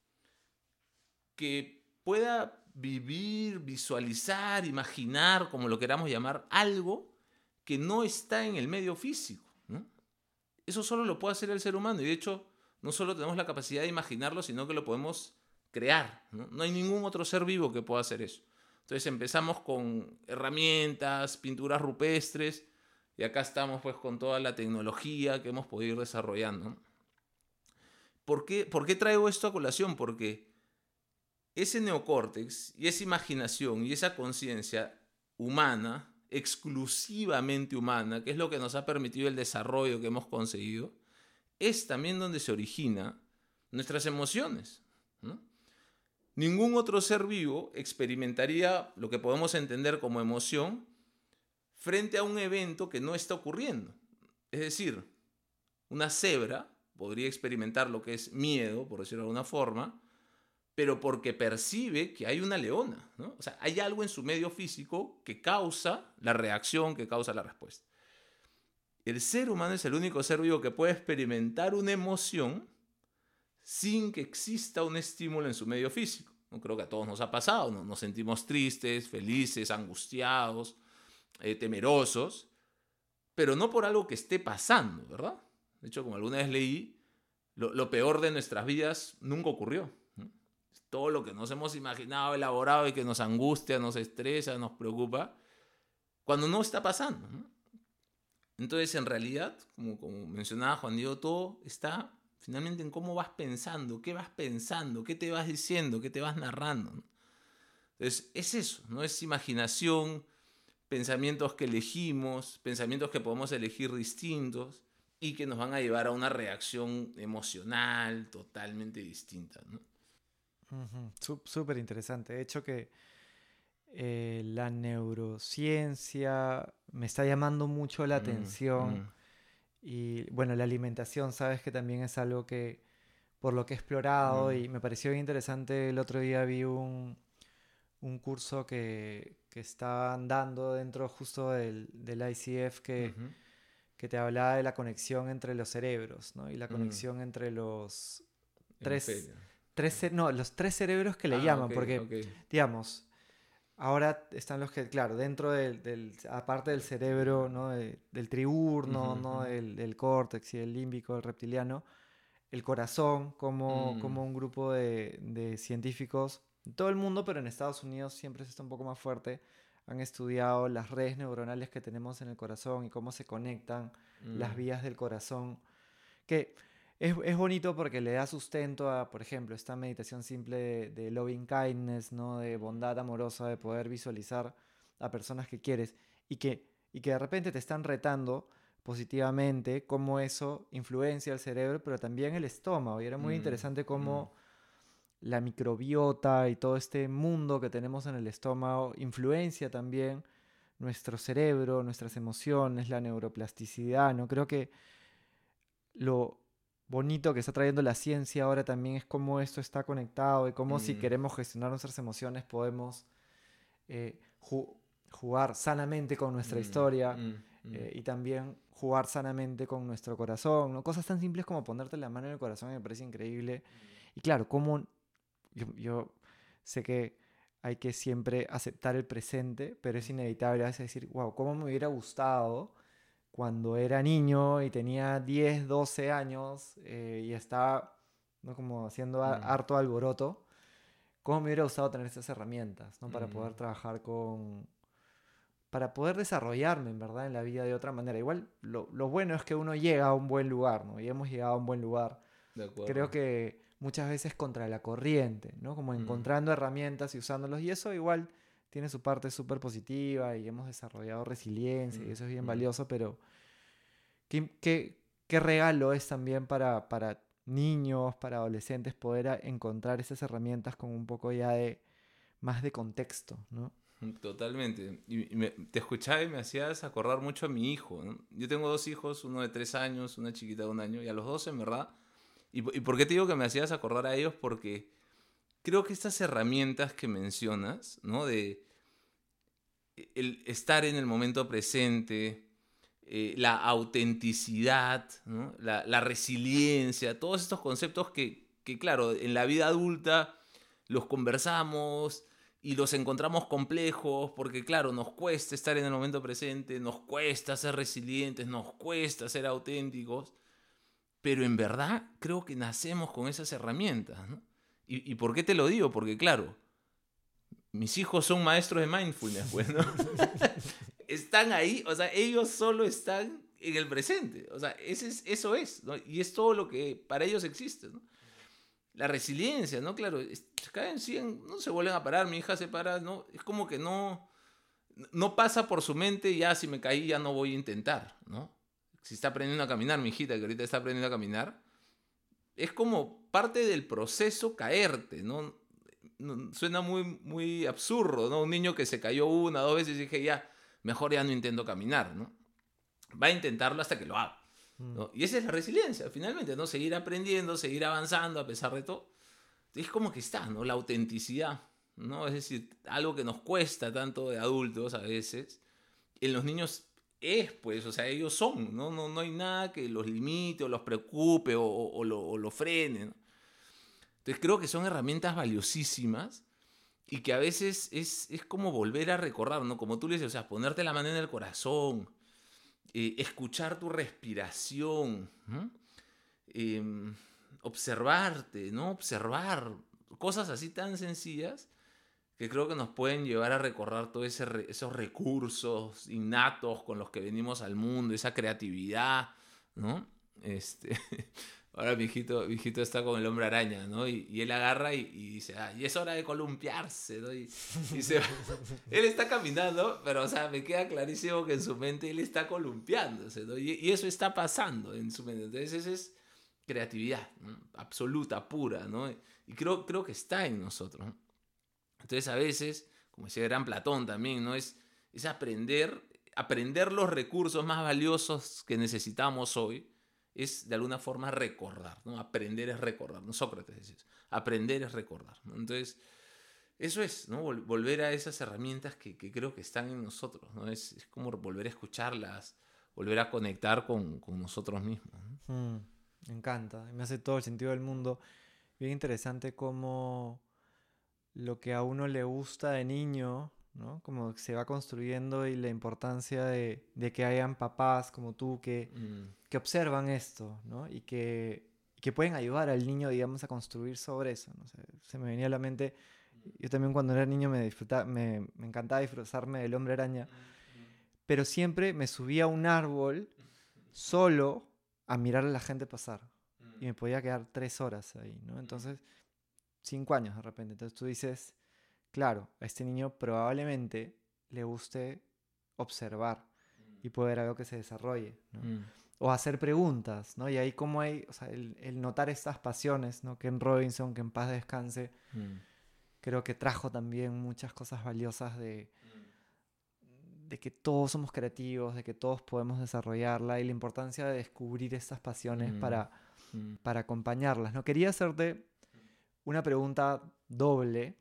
que pueda vivir, visualizar, imaginar, como lo queramos llamar, algo que no está en el medio físico, ¿no? Eso solo lo puede hacer el ser humano y de hecho no solo tenemos la capacidad de imaginarlo, sino que lo podemos crear, ¿no? No hay ningún otro ser vivo que pueda hacer eso. Entonces empezamos con herramientas, pinturas rupestres y acá estamos pues con toda la tecnología que hemos podido ir desarrollando. ¿Por qué traigo esto a colación? Porque ese neocórtex y esa imaginación y esa conciencia humana, exclusivamente humana, que es lo que nos ha permitido el desarrollo que hemos conseguido, es también donde se origina nuestras emociones, ¿no? Ningún otro ser vivo experimentaría lo que podemos entender como emoción frente a un evento que no está ocurriendo. Es decir, una cebra podría experimentar lo que es miedo, por decirlo de alguna forma, pero porque percibe que hay una leona, ¿no? O sea, hay algo en su medio físico que causa la reacción, que causa la respuesta. El ser humano es el único ser vivo que puede experimentar una emoción sin que exista un estímulo en su medio físico. No creo que a todos nos ha pasado, ¿no? Nos sentimos tristes, felices, angustiados, temerosos, pero no por algo que esté pasando, ¿verdad? De hecho, como alguna vez leí, lo peor de nuestras vidas nunca ocurrió, ¿no? Todo lo que nos hemos imaginado, elaborado y que nos angustia, nos estresa, nos preocupa, cuando no está pasando, ¿no? Entonces, en realidad, como mencionaba Juan Diego, todo está finalmente en cómo vas pensando, qué te vas diciendo, qué te vas narrando, ¿no? Entonces, es eso, ¿no? Es imaginación, pensamientos que elegimos, pensamientos que podemos elegir distintos y que nos van a llevar a una reacción emocional totalmente distinta, ¿no? Súper interesante. De hecho que la neurociencia me está llamando mucho la atención y bueno, la alimentación, sabes que también es algo que por lo que he explorado y me pareció bien interesante. El otro día vi un curso que estaban dando dentro justo del ICF que te hablaba de la conexión entre los cerebros, ¿no? Y la conexión entre los tres, Hemisferio. los tres cerebros que le Ah, llaman, ok, porque, ok. digamos, ahora están los que, claro, dentro aparte del cerebro, ¿no? Del triurno, ¿no? Del córtex y el límbico, el reptiliano, el corazón, como un grupo de científicos de todo el mundo, pero en Estados Unidos siempre se está un poco más fuerte, han estudiado las redes neuronales que tenemos en el corazón y cómo se conectan las vías del corazón, que es bonito porque le da sustento a, por ejemplo, esta meditación simple de loving kindness, ¿no? De bondad amorosa, de poder visualizar a personas que quieres y que de repente te están retando positivamente, cómo eso influencia el cerebro, pero también el estómago. Y era muy interesante cómo la microbiota y todo este mundo que tenemos en el estómago influencia también nuestro cerebro, nuestras emociones, la neuroplasticidad, ¿no? Creo que lo bonito que está trayendo la ciencia ahora también es cómo esto está conectado y cómo si queremos gestionar nuestras emociones podemos eh, ju- jugar sanamente con nuestra historia y también jugar sanamente con nuestro corazón, ¿no? Cosas tan simples como ponerte la mano en el corazón me parece increíble. Y claro, como yo sé que hay que siempre aceptar el presente, pero es inevitable a veces decir, wow, ¿cómo me hubiera gustado cuando era niño y tenía 10 12 años y estaba, ¿no? como haciendo harto alboroto? ¿Cómo me hubiera gustado tener estas herramientas, ¿no? Para poder trabajar para poder desarrollarme, en verdad, en la vida de otra manera? Igual, lo bueno es que uno llega a un buen lugar, ¿no? Y hemos llegado a un buen lugar. De acuerdo. Creo que muchas veces contra la corriente, ¿no? Como encontrando herramientas y usándolos. Y eso igual tiene su parte súper positiva y hemos desarrollado resiliencia y eso es bien valioso, pero qué regalo es también para niños, para adolescentes, poder encontrar esas herramientas con un poco ya de más de contexto, ¿no? Totalmente. Te escuchaba y me hacías acordar mucho a mi hijo, ¿no? Yo tengo dos hijos, uno de 3 años, una chiquita de 1 año, y a los dos, en verdad. ¿Y por qué te digo que me hacías acordar a ellos? Porque creo que estas herramientas que mencionas, ¿no? el estar en el momento presente, la autenticidad, ¿no? La resiliencia, todos estos conceptos que, claro, en la vida adulta los conversamos y los encontramos complejos porque, claro, nos cuesta estar en el momento presente, nos cuesta ser resilientes, nos cuesta ser auténticos, pero en verdad creo que nacemos con esas herramientas, ¿no? ¿Y por qué te lo digo? Porque, claro, mis hijos son maestros de mindfulness, pues, ¿no? Están ahí, o sea, ellos solo están en el presente, o sea, eso es, ¿no? Y es todo lo que para ellos existe, ¿no? La resiliencia, ¿no? Claro, se caen 100, no se vuelven a parar, mi hija se para, ¿no? Es como que no pasa por su mente, ya si me caí ya no voy a intentar, ¿no? Si está aprendiendo a caminar, mi hijita que ahorita está aprendiendo a caminar, es como parte del proceso caerte, ¿no? Suena muy, muy absurdo, ¿no? Un niño que se cayó 1 o 2 veces y dije, ya, mejor ya no intento caminar, ¿no? Va a intentarlo hasta que lo haga, ¿no? Y esa es la resiliencia, finalmente, ¿no? Seguir aprendiendo, seguir avanzando a pesar de todo. Es como que está, ¿no? La autenticidad, ¿no? Es decir, algo que nos cuesta tanto de adultos a veces, en los niños pues, o sea, ellos son, ¿no? No hay nada que los limite o los preocupe o lo frene, ¿no? Entonces creo que son herramientas valiosísimas y que a veces es como volver a recordar, ¿no? Como tú le dices, o sea, ponerte la mano en el corazón, escuchar tu respiración, ¿no? Observarte, ¿no? Observar cosas así tan sencillas que creo que nos pueden llevar a recordar todos esos recursos innatos con los que venimos al mundo, esa creatividad, ¿no? Ahora mi hijito está con el hombre araña, ¿no? Y él agarra y dice, y es hora de columpiarse, ¿no? Y se va. Él está caminando, pero, o sea, me queda clarísimo que en su mente él está columpiándose, ¿no? Y eso está pasando en su mente. Entonces, esa es creatividad, ¿no? Absoluta, pura, ¿no? Y creo que está en nosotros, ¿no? Entonces, a veces, como decía Gran Platón también, ¿no? Es aprender los recursos más valiosos que necesitamos hoy, es de alguna forma recordar, ¿no? Aprender es recordar, ¿no? Sócrates decía eso. Aprender es recordar, ¿no? Entonces, eso es, ¿no? Volver a esas herramientas que creo que están en nosotros, ¿no? Es como volver a escucharlas, volver a conectar con nosotros mismos, ¿no? Me encanta, me hace todo el sentido del mundo. Bien interesante cómo lo que a uno le gusta de niño, ¿no? Como se va construyendo y la importancia de que hayan papás como tú que observan esto, ¿no? Y que pueden ayudar al niño, digamos, a construir sobre eso, ¿no? Se me venía a la mente, yo también cuando era niño me encantaba disfrazarme del hombre araña, pero siempre me subía a un árbol solo a mirar a la gente pasar. Y me podía quedar 3 horas ahí, ¿no? Entonces, 5 años de repente. Entonces tú dices, claro, a este niño probablemente le guste observar y poder algo que se desarrolle, ¿no? O hacer preguntas, ¿no? Y ahí como hay, o sea, el notar estas pasiones, ¿no? Ken Robinson, que en paz descanse, creo que trajo también muchas cosas valiosas de que todos somos creativos, de que todos podemos desarrollarla y la importancia de descubrir estas pasiones para acompañarlas, ¿no? Quería hacerte una pregunta doble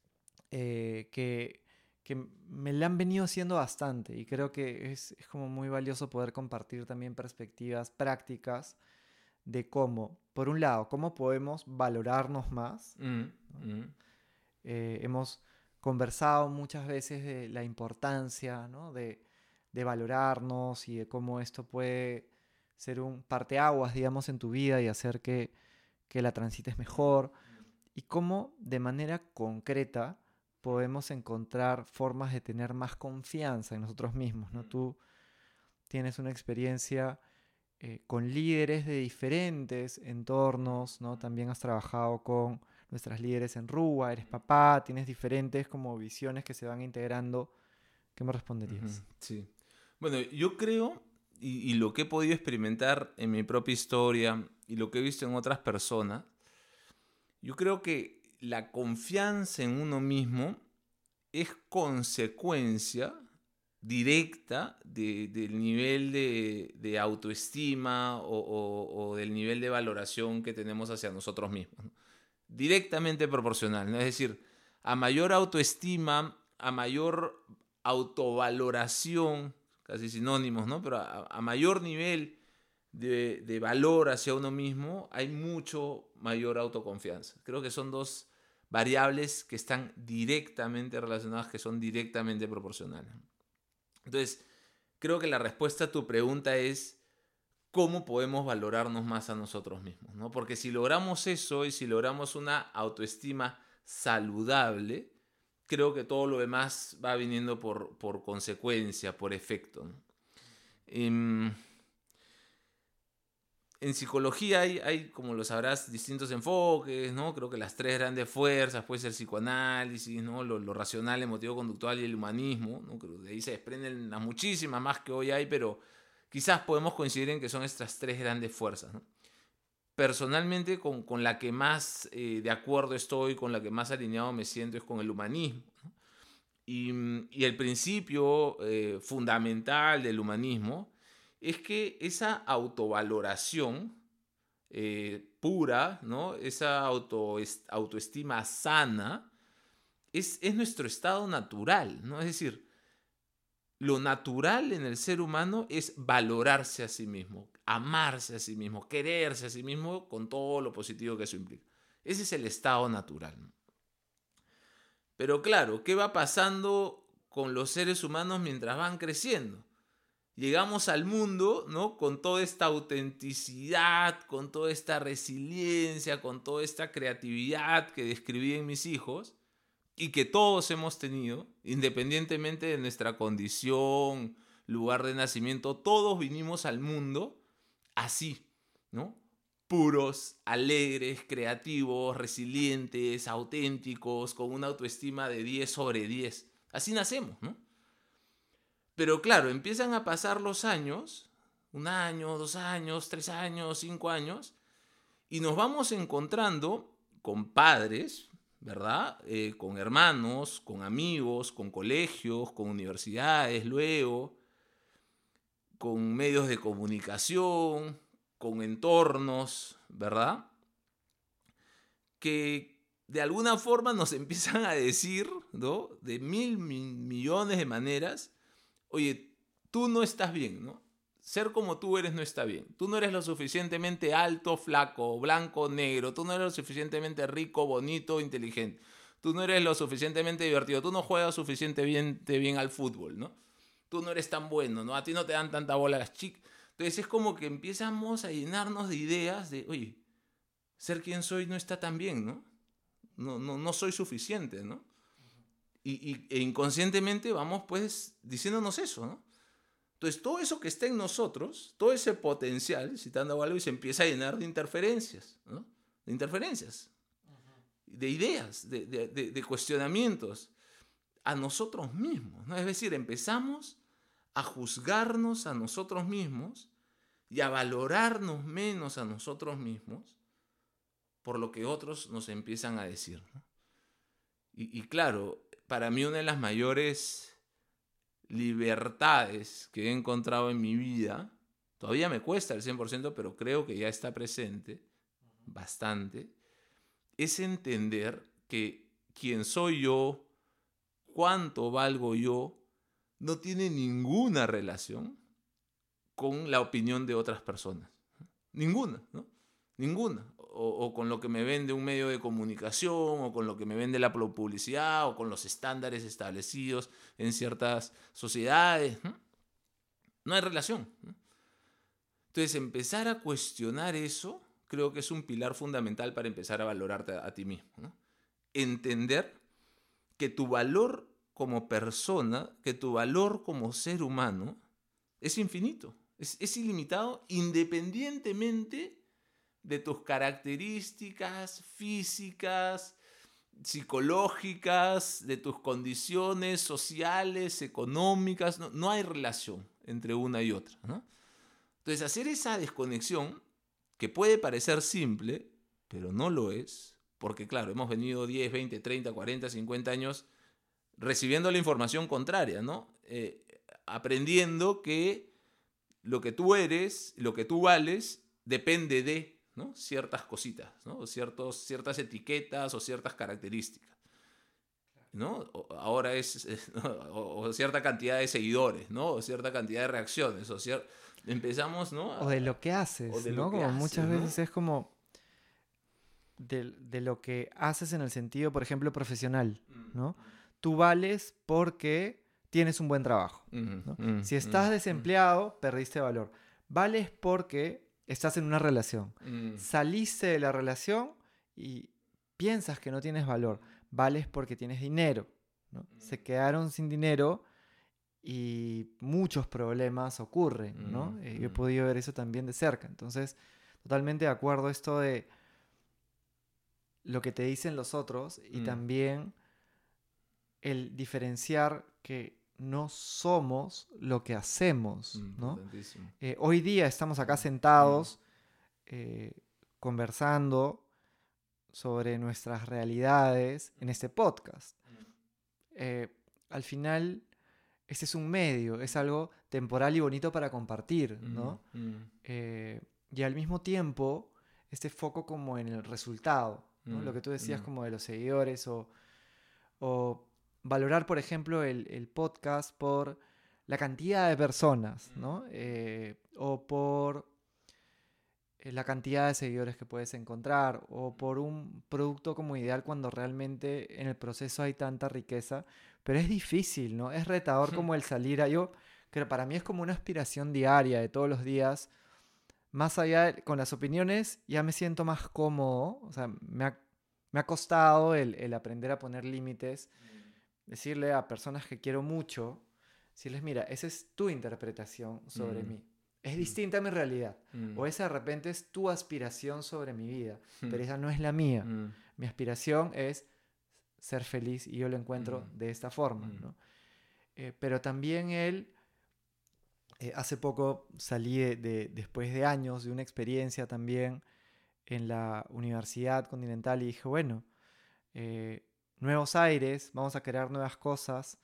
que me la han venido haciendo bastante y creo que es como muy valioso poder compartir también perspectivas prácticas de cómo, por un lado, cómo podemos valorarnos más, ¿no? Hemos conversado muchas veces de la importancia, ¿no? de valorarnos y de cómo esto puede ser un parteaguas, digamos, en tu vida y hacer que la transites mejor y cómo de manera concreta podemos encontrar formas de tener más confianza en nosotros mismos, ¿no? Tú tienes una experiencia con líderes de diferentes entornos, ¿no? También has trabajado con nuestras líderes en RUA, eres papá, tienes diferentes como visiones que se van integrando. ¿Qué me responderías? Sí. Bueno, yo creo, y lo que he podido experimentar en mi propia historia y lo que he visto en otras personas, yo creo que la confianza en uno mismo es consecuencia directa del nivel de autoestima o del nivel de valoración que tenemos hacia nosotros mismos, ¿no? Directamente proporcional, ¿no? Es decir, a mayor autoestima, a mayor autovaloración, casi sinónimos, ¿no? Pero a mayor nivel de valor hacia uno mismo, hay mucho mayor autoconfianza. Creo que son dos variables que están directamente relacionadas, que son directamente proporcionales. Entonces, creo que la respuesta a tu pregunta es cómo podemos valorarnos más a nosotros mismos, ¿no? Porque si logramos eso y si logramos una autoestima saludable, creo que todo lo demás va viniendo por consecuencia, por efecto, ¿no? En psicología hay, como lo sabrás, distintos enfoques, ¿no? Creo que las tres grandes fuerzas puede ser el psicoanálisis, ¿no? Lo racional, emotivo-conductual y el humanismo, ¿no? Creo que de ahí se desprenden las muchísimas más que hoy hay, pero quizás podemos coincidir en que son estas tres grandes fuerzas, ¿no? Personalmente, con la que más de acuerdo estoy, con la que más alineado me siento es con el humanismo, ¿no? Y el principio fundamental del humanismo es que esa autovaloración pura, ¿no? Esa autoestima sana, es nuestro estado natural, ¿no? Es decir, lo natural en el ser humano es valorarse a sí mismo, amarse a sí mismo, quererse a sí mismo con todo lo positivo que eso implica. Ese es el estado natural, ¿no? Pero claro, ¿qué va pasando con los seres humanos mientras van creciendo? Llegamos al mundo, ¿no? Con toda esta autenticidad, con toda esta resiliencia, con toda esta creatividad que describí en mis hijos y que todos hemos tenido, independientemente de nuestra condición, lugar de nacimiento, todos vinimos al mundo así, ¿no? Puros, alegres, creativos, resilientes, auténticos, con una autoestima de 10 sobre 10. Así nacemos, ¿no? Pero claro, empiezan a pasar los años, 1 año, 2 años, 3 años, 5 años, y nos vamos encontrando con padres, ¿verdad? Con hermanos, con amigos, con colegios, con universidades, luego, con medios de comunicación, con entornos, ¿verdad? Que de alguna forma nos empiezan a decir, ¿no? De mil millones de maneras, oye, tú no estás bien, ¿no? Ser como tú eres no está bien. Tú no eres lo suficientemente alto, flaco, blanco, negro. Tú no eres lo suficientemente rico, bonito, inteligente. Tú no eres lo suficientemente divertido. Tú no juegas suficientemente bien al fútbol, ¿no? Tú no eres tan bueno, ¿no? A ti no te dan tanta bola las chicas. Entonces es como que empezamos a llenarnos de ideas de, oye, ser quien soy no está tan bien, ¿no? No soy suficiente, ¿no? E inconscientemente vamos pues diciéndonos eso, ¿no? Entonces todo eso que está en nosotros, todo ese potencial, citando a algo, y se empieza a llenar de interferencias, ¿no? De interferencias, de ideas, de cuestionamientos a nosotros mismos, ¿no? Es decir, empezamos a juzgarnos a nosotros mismos y a valorarnos menos a nosotros mismos por lo que otros nos empiezan a decir, ¿no? Y claro, para mí una de las mayores libertades que he encontrado en mi vida, todavía me cuesta el 100%, pero creo que ya está presente bastante, es entender que quién soy yo, cuánto valgo yo, no tiene ninguna relación con la opinión de otras personas. Ninguna, ¿no? Ninguna. O con lo que me vende un medio de comunicación, o con lo que me vende la publicidad, o con los estándares establecidos en ciertas sociedades, ¿no? No hay relación, ¿no? Entonces, empezar a cuestionar eso creo que es un pilar fundamental para empezar a valorarte a ti mismo, ¿no? Entender que tu valor como persona, que tu valor como ser humano es infinito, es ilimitado, independientemente de tus características físicas, psicológicas, de tus condiciones sociales, económicas. No hay relación entre una y otra, ¿no? Entonces, hacer esa desconexión, que puede parecer simple, pero no lo es, porque claro, hemos venido 10, 20, 30, 40, 50 años recibiendo la información contraria, ¿no? Aprendiendo que lo que tú eres, lo que tú vales, depende de, ¿no? Ciertas cositas, ¿no? O ciertas etiquetas o ciertas características. ¿no? Ahora ¿no? O cierta cantidad de seguidores, ¿no? O cierta cantidad de reacciones, empezamos, ¿no? O de lo que O haces, de lo ¿no? que Como haces, muchas ¿no? veces es como de lo que haces en el sentido, por ejemplo, profesional, ¿no? Tú vales porque tienes un buen trabajo, ¿no? Si estás desempleado, perdiste valor. Vales porque estás en una relación. Saliste de la relación y piensas que no tienes valor. Vales porque tienes dinero, ¿no? Se quedaron sin dinero y muchos problemas ocurren, ¿no? Yo he podido ver eso también de cerca. Entonces, totalmente de acuerdo esto de lo que te dicen los otros y también el diferenciar que no somos lo que hacemos, ¿no? Importantísimo. Hoy día estamos acá sentados eh, conversando sobre nuestras realidades en este podcast. Eh, Al final, este es un medio, es algo temporal y bonito para compartir, ¿no? Y al mismo tiempo, este foco como en el resultado, ¿no? Lo que tú decías como de los seguidores o valorar, por ejemplo, el podcast por la cantidad de personas, ¿no? O por la cantidad de seguidores que puedes encontrar o por un producto como ideal cuando realmente en el proceso hay tanta riqueza, pero es difícil, ¿no? Es retador como el salir a yo, que para mí es como una aspiración diaria de todos los días, más allá con las opiniones ya me siento más cómodo, o sea, me ha costado el aprender a poner límites, decirle a personas que quiero mucho, decirles, mira, esa es tu interpretación sobre mí. Es distinta a mi realidad. O esa de repente es tu aspiración sobre mi vida. Pero esa no es la mía. Mi aspiración es ser feliz y yo lo encuentro de esta forma, ¿no? Pero también él, hace poco salí después de años de una experiencia también en la Universidad Continental y dije, bueno, nuevos aires, vamos a crear nuevas cosas.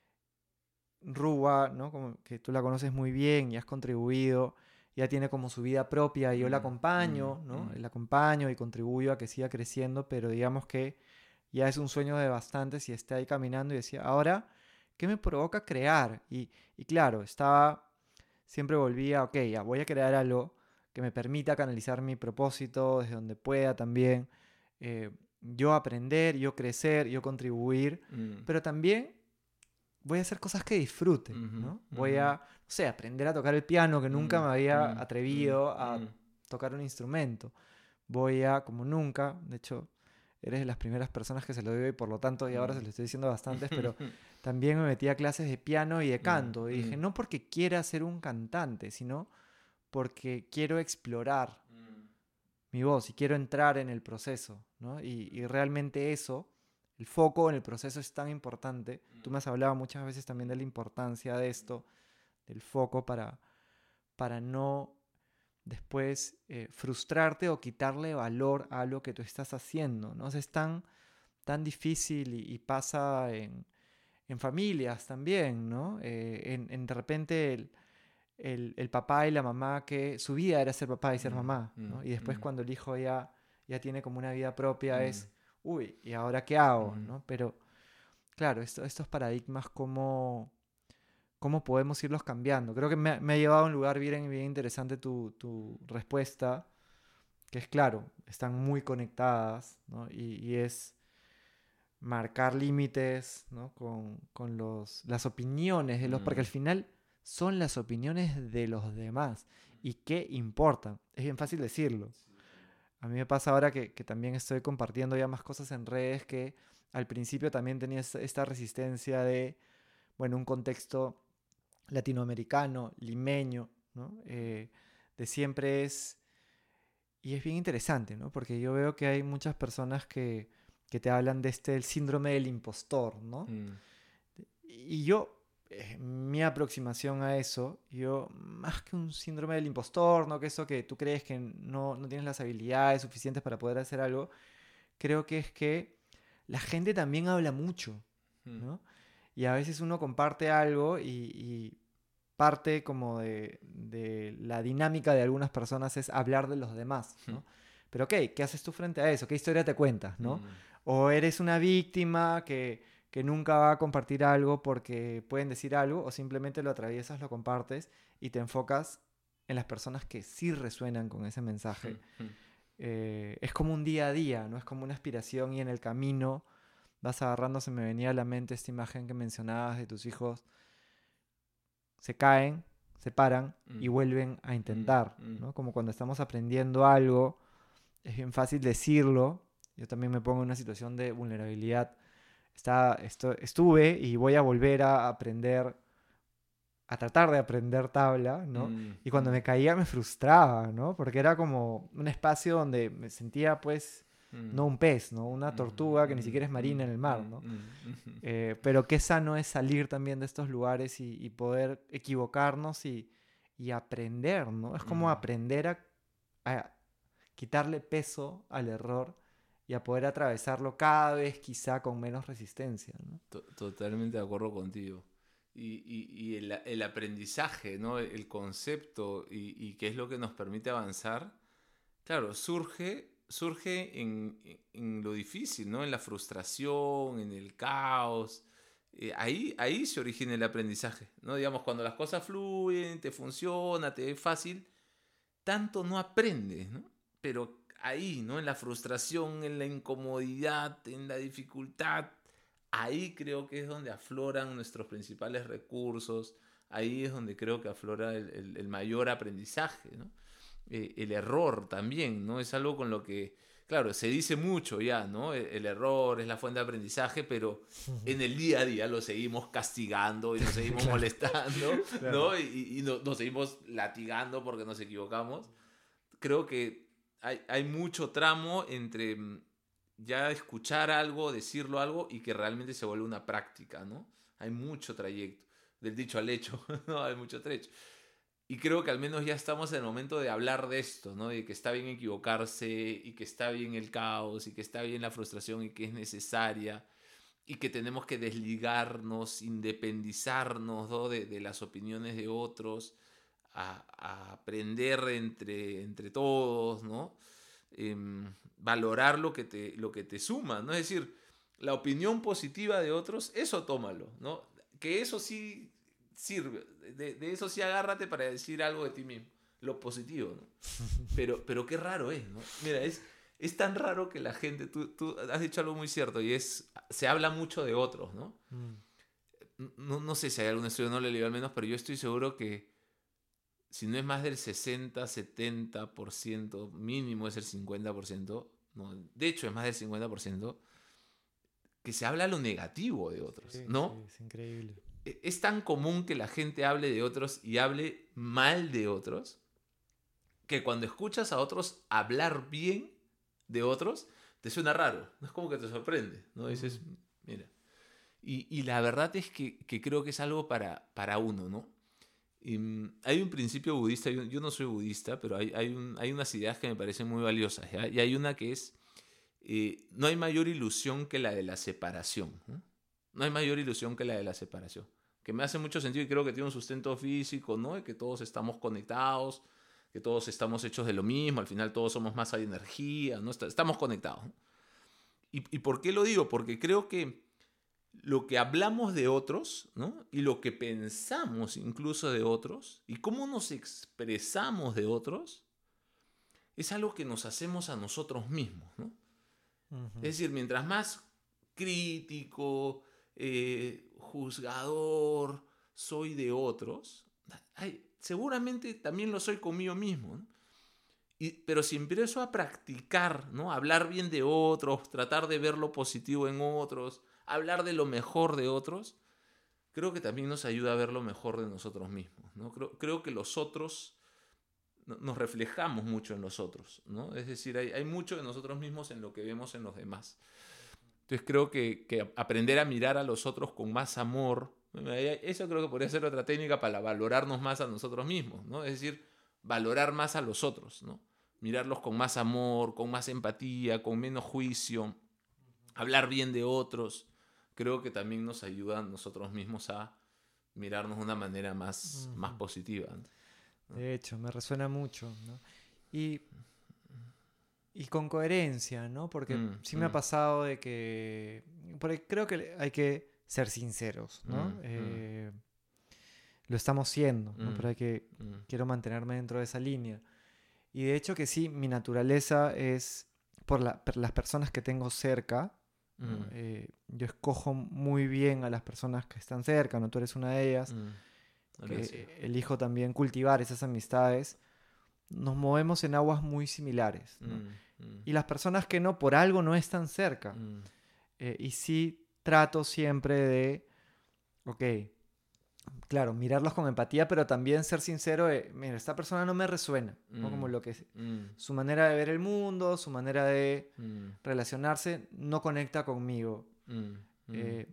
Ruba, ¿no? Como que tú la conoces muy bien y has contribuido, ya tiene como su vida propia y yo la acompaño, ¿no? La acompaño y contribuyo a que siga creciendo, pero digamos que ya es un sueño de bastantes y está ahí caminando y decía, ahora, ¿qué me provoca crear? Y claro, siempre volvía, ok, ya voy a crear algo que me permita canalizar mi propósito desde donde pueda también, yo aprender, yo crecer, yo contribuir, pero también voy a hacer cosas que disfrute, ¿no? Voy a, no sé, aprender a tocar el piano, que nunca me había atrevido a tocar un instrumento. Voy a, como nunca, de hecho, eres de las primeras personas que se lo digo y por lo tanto, y ahora se lo estoy diciendo a bastantes, pero también me metí a clases de piano y de canto. Y dije, no porque quiera ser un cantante, sino porque quiero explorar mi voz y quiero entrar en el proceso, ¿no? Y realmente eso, el foco en el proceso es tan importante. Tú me has hablado muchas veces también de la importancia de esto, del foco para no después frustrarte o quitarle valor a lo que tú estás haciendo, ¿no? O sea, es tan difícil y pasa en familias también, ¿no? De repente el papá y la mamá que su vida era ser papá y ser mamá, ¿no? Y después cuando el hijo ya tiene como una vida propia es, uy, ¿y ahora qué hago? ¿No? Pero claro, estos paradigmas, ¿cómo podemos irlos cambiando? Creo que me ha llevado a un lugar bien interesante tu respuesta, que es claro, están muy conectadas, ¿no? Y es marcar límites, ¿no? Con las opiniones de los, porque al final son las opiniones de los demás y qué importan. Es bien fácil decirlo. A mí me pasa ahora que también estoy compartiendo ya más cosas en redes que al principio también tenía esta resistencia de, bueno, un contexto latinoamericano, limeño, ¿no? De siempre es, y es bien interesante, ¿no? Porque yo veo que hay muchas personas que te hablan de el síndrome del impostor, ¿no? Y yo, mi aproximación a eso, yo, más que un síndrome del impostor, ¿no? Que eso que tú crees que no tienes las habilidades suficientes para poder hacer algo, creo que es que la gente también habla mucho, ¿no? Y a veces uno comparte algo y parte como de la dinámica de algunas personas es hablar de los demás, ¿no? Pero ok, ¿qué haces tú frente a eso? ¿Qué historia te cuentas, no? O eres una víctima que que nunca va a compartir algo porque pueden decir algo, o simplemente lo atraviesas, lo compartes y te enfocas en las personas que sí resuenan con ese mensaje. Es como un día a día, ¿no? Es como una aspiración y en el camino vas agarrando, se me venía a la mente esta imagen que mencionabas de tus hijos, se caen, se paran y vuelven a intentar, ¿no? Como cuando estamos aprendiendo algo, es bien fácil decirlo. Yo también me pongo en una situación de vulnerabilidad. Estuve y voy a volver a aprender, a tratar de aprender tabla, ¿no? Y cuando me caía me frustraba, ¿no? Porque era como un espacio donde me sentía, pues, no un pez, ¿no? Una tortuga que ni siquiera es marina en el mar, ¿no? Pero qué sano es salir también de estos lugares y poder equivocarnos y aprender, ¿no? Es como aprender a quitarle peso al error y a poder atravesarlo cada vez quizá con menos resistencia, ¿no? Totalmente de acuerdo contigo. Y el aprendizaje, ¿no? El concepto y qué es lo que nos permite avanzar, claro, surge en lo difícil, ¿no? En la frustración, en el caos. Ahí se origina el aprendizaje, ¿no? Digamos, cuando las cosas fluyen, te funciona, te es fácil, tanto no aprendes, ¿no? Pero ahí, ¿no? En la frustración, en la incomodidad, en la dificultad, ahí creo que es donde afloran nuestros principales recursos, ahí es donde creo que aflora el mayor aprendizaje, ¿no? El error también, ¿no? Es algo con lo que, claro, se dice mucho ya, ¿no? El error es la fuente de aprendizaje, pero en el día a día lo seguimos castigando y nos seguimos Claro, molestando, claro. ¿no? Nos seguimos latigando porque nos equivocamos. Creo que hay mucho tramo entre ya escuchar algo, decirlo algo y que realmente se vuelve una práctica, ¿no? Hay mucho trayecto, del dicho al hecho, ¿no? Hay mucho trecho. Y creo que al menos ya estamos en el momento de hablar de esto, ¿no? De que está bien equivocarse y que está bien el caos y que está bien la frustración y que es necesaria y que tenemos que desligarnos, independizarnos, ¿no? de las opiniones de otros, a aprender entre todos, ¿no? Valorar lo que te suma, ¿no? Es decir, la opinión positiva de otros, eso tómalo, ¿no? Que eso sí sirve, de eso sí agárrate para decir algo de ti mismo, lo positivo, ¿no? Pero qué raro es, ¿no? Mira, es tan raro que la gente, tú has dicho algo muy cierto y se habla mucho de otros, ¿no? Mm. No sé si hay algún estudio, no lo he leído al menos, pero yo estoy seguro que si no es más del 60-70%, mínimo es el 50%, no, de hecho es más del 50%, que se habla lo negativo de otros, Sí, sí, ¿no? es increíble. Es tan común que la gente hable de otros y hable mal de otros, que cuando escuchas a otros hablar bien de otros, te suena raro, no es como que te sorprende, ¿no? Mm. Dices, mira. Y la verdad es que creo que es algo para uno, ¿no? Hay un principio budista, yo no soy budista, pero hay unas ideas que me parecen muy valiosas, ¿ya? Y hay una que es, no hay mayor ilusión que la de la separación, ¿no? No hay mayor ilusión que la de la separación, que me hace mucho sentido y creo que tiene un sustento físico, ¿no? De que todos estamos conectados, que todos estamos hechos de lo mismo, al final todos somos masa y energía, ¿no? Estamos conectados, ¿no? ¿Y por qué lo digo? Porque creo que lo que hablamos de otros, ¿no? Y lo que pensamos incluso de otros, y cómo nos expresamos de otros, es algo que nos hacemos a nosotros mismos, ¿no? Ujú. Es decir, mientras más crítico, juzgador soy de otros, seguramente también lo soy conmigo mismo, ¿no? Pero si empiezo a practicar, ¿no? Hablar bien de otros, tratar de ver lo positivo en otros, hablar de lo mejor de otros, creo que también nos ayuda a ver lo mejor de nosotros mismos, ¿no? Creo que los otros, nos reflejamos mucho en los otros, ¿no? Es decir, hay mucho de nosotros mismos en lo que vemos en los demás. Entonces creo que aprender a mirar a los otros con más amor, eso creo que podría ser otra técnica para valorarnos más a nosotros mismos, ¿no? Es decir, valorar más a los otros, ¿no? Mirarlos con más amor, con más empatía, con menos juicio, hablar bien de otros, creo que también nos ayuda a nosotros mismos a mirarnos de una manera más Ujú. positiva, ¿no? De hecho, me resuena mucho, ¿no? Y Y con coherencia, ¿no? Porque sí me ha pasado de que... Porque creo que hay que ser sinceros, ¿no? Lo estamos siendo, ¿no? Pero quiero mantenerme dentro de esa línea. Y de hecho que sí, mi naturaleza es por las personas que tengo cerca, ¿no? Yo escojo muy bien a las personas que están cerca, ¿no? Tú eres una de ellas, Gracias. que elijo también cultivar esas amistades. Nos movemos en aguas muy similares, ¿no? Y las personas que no, por algo no están cerca. Y sí trato siempre de, ok, claro, mirarlos con empatía, pero también ser sincero de, mira, esta persona no me resuena, ¿no? Como lo que su manera de ver el mundo, su manera de relacionarse, no conecta conmigo. Eh,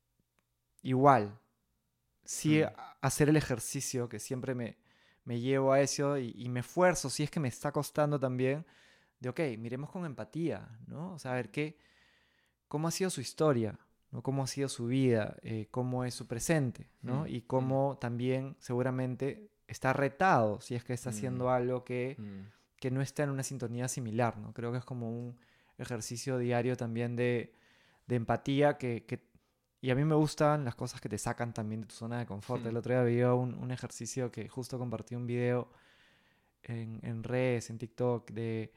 igual, sí hacer el ejercicio, que siempre me llevo a eso y me esfuerzo, si es que me está costando también, de, ok, miremos con empatía, ¿no? O sea, a ver cómo ha sido su historia, ¿no? Cómo ha sido su vida, cómo es su presente, ¿no? Y cómo también seguramente está retado si es que está haciendo algo que no está en una sintonía similar, ¿no? Creo que es como un ejercicio diario también de empatía y a mí me gustan las cosas que te sacan también de tu zona de confort. El otro día vi un ejercicio que justo compartí un video en redes, en TikTok, de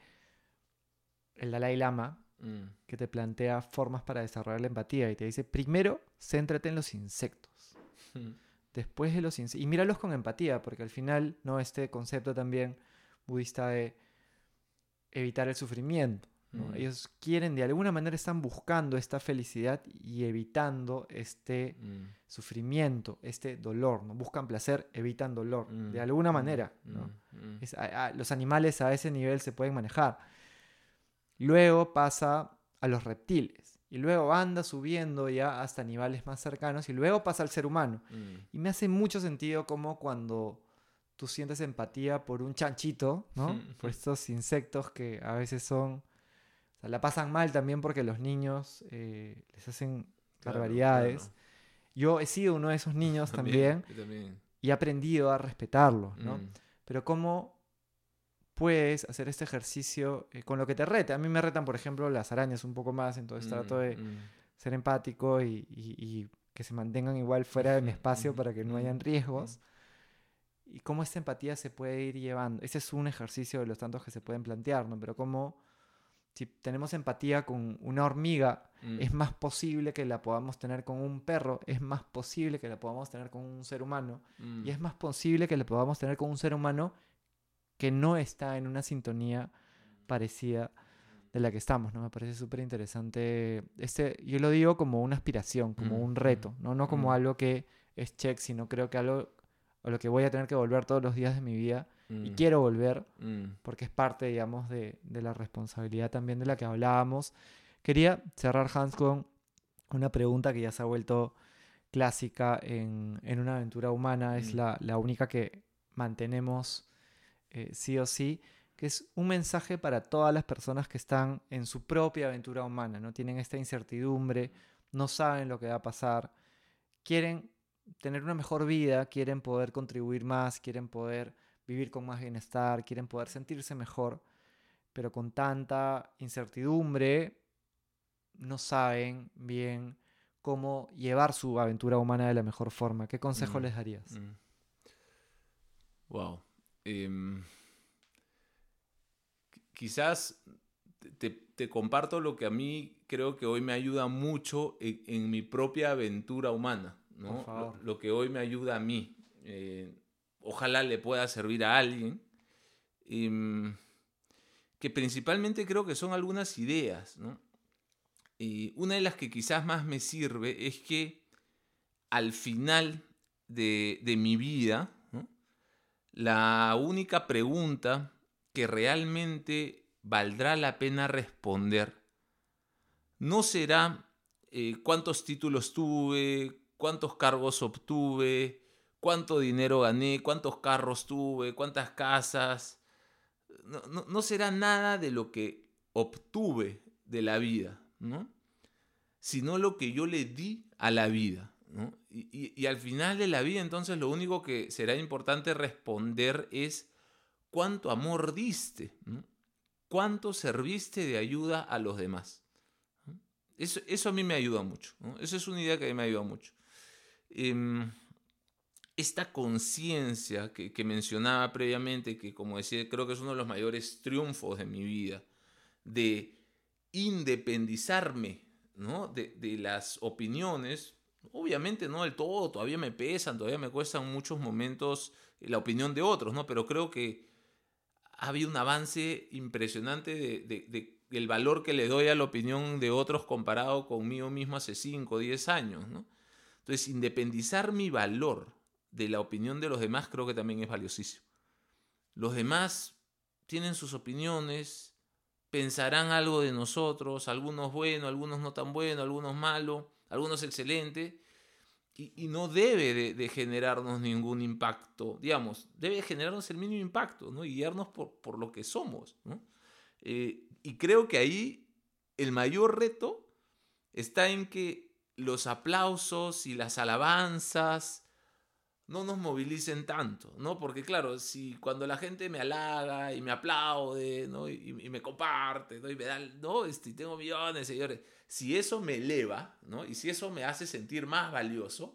el Dalai Lama, que te plantea formas para desarrollar la empatía y te dice, primero, céntrate en los insectos. Después de los insectos. Y míralos con empatía, porque al final, ¿no? Este concepto también budista de evitar el sufrimiento, ¿no? Ellos quieren, de alguna manera están buscando esta felicidad y evitando este sufrimiento, este dolor, ¿no? Buscan placer, evitan dolor, de alguna manera, ¿no? Los animales a ese nivel se pueden manejar. Luego pasa a los reptiles. Y luego anda subiendo ya hasta animales más cercanos. Y luego pasa al ser humano. Y me hace mucho sentido como cuando tú sientes empatía por un chanchito, ¿no? Por estos insectos que a veces son... O sea, la pasan mal también porque los niños les hacen barbaridades. Claro. Yo he sido uno de esos niños también. Yo también. Y he aprendido a respetarlos, ¿no? Pero cómo puedes hacer este ejercicio con lo que te rete. A mí me retan, por ejemplo, las arañas un poco más, entonces trato de ser empático y que se mantengan igual fuera de mi espacio para que no hayan riesgos. Y cómo esta empatía se puede ir llevando. Ese es un ejercicio de los tantos que se pueden plantear, ¿no? Pero cómo, si tenemos empatía con una hormiga, es más posible que la podamos tener con un perro, es más posible que la podamos tener con un ser humano, y es más posible que la podamos tener con un ser humano que no está en una sintonía parecida de la que estamos, ¿no? Me parece súper interesante. Yo lo digo como una aspiración, como un reto, ¿no? No como algo que es check, sino creo que algo a lo que voy a tener que volver todos los días de mi vida y quiero volver porque es parte, digamos, de la responsabilidad también de la que hablábamos. Quería cerrar, Hans, con una pregunta que ya se ha vuelto clásica en una aventura humana. Es la única que mantenemos sí o sí, que es un mensaje para todas las personas que están en su propia aventura humana, ¿no? Tienen esta incertidumbre, no saben lo que va a pasar, quieren tener una mejor vida, quieren poder contribuir más, quieren poder vivir con más bienestar, quieren poder sentirse mejor, pero con tanta incertidumbre no saben bien cómo llevar su aventura humana de la mejor forma. ¿Qué consejo les darías? Wow. Quizás te comparto lo que a mí creo que hoy me ayuda mucho en mi propia aventura humana, ¿no? Por favor. Lo que hoy me ayuda a mí. Ojalá le pueda servir a alguien. Que principalmente creo que son algunas ideas, ¿no? Y una de las que quizás más me sirve es que al final de mi vida, ¿no? La única pregunta que realmente valdrá la pena responder no será cuántos títulos tuve, cuántos cargos obtuve, cuánto dinero gané, cuántos carros tuve, cuántas casas. No será nada de lo que obtuve de la vida, ¿no? Sino lo que yo le di a la vida, ¿no? Y al final de la vida, entonces, lo único que será importante responder es cuánto amor diste, ¿no? cuánto serviste de ayuda a los demás. Eso a mí me ayuda mucho, ¿no? Esa es una idea que a mí me ayuda mucho. Esta conciencia que mencionaba previamente, que como decía, creo que es uno de los mayores triunfos de mi vida, de independizarme, ¿no? de las opiniones. Obviamente no del todo, todavía me pesan, todavía me cuestan muchos momentos la opinión de otros, ¿no? Pero creo que ha habido un avance impresionante del valor que le doy a la opinión de otros comparado conmigo mismo hace 5 o 10 años, ¿no? Entonces, independizar mi valor de la opinión de los demás creo que también es valiosísimo. Los demás tienen sus opiniones, pensarán algo de nosotros, algunos buenos, algunos no tan buenos, algunos malos, algunos excelentes, y no debe de generarnos ningún impacto, digamos, debe generarnos el mínimo impacto, ¿no? Y guiarnos por lo que somos, ¿no? Y creo que ahí el mayor reto está en que los aplausos y las alabanzas no nos movilicen tanto, ¿no? Porque claro, si cuando la gente me halaga y me aplaude, ¿no? y me comparte, ¿no? Y me da, ¿no? Tengo millones de seguidores, si eso me eleva, ¿no? Y si eso me hace sentir más valioso,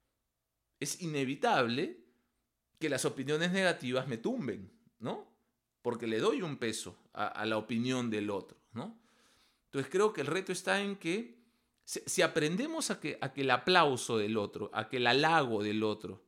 es inevitable que las opiniones negativas me tumben, ¿no? Porque le doy un peso a la opinión del otro, ¿no? Entonces creo que el reto está en que si aprendemos a que el aplauso del otro, a que el halago del otro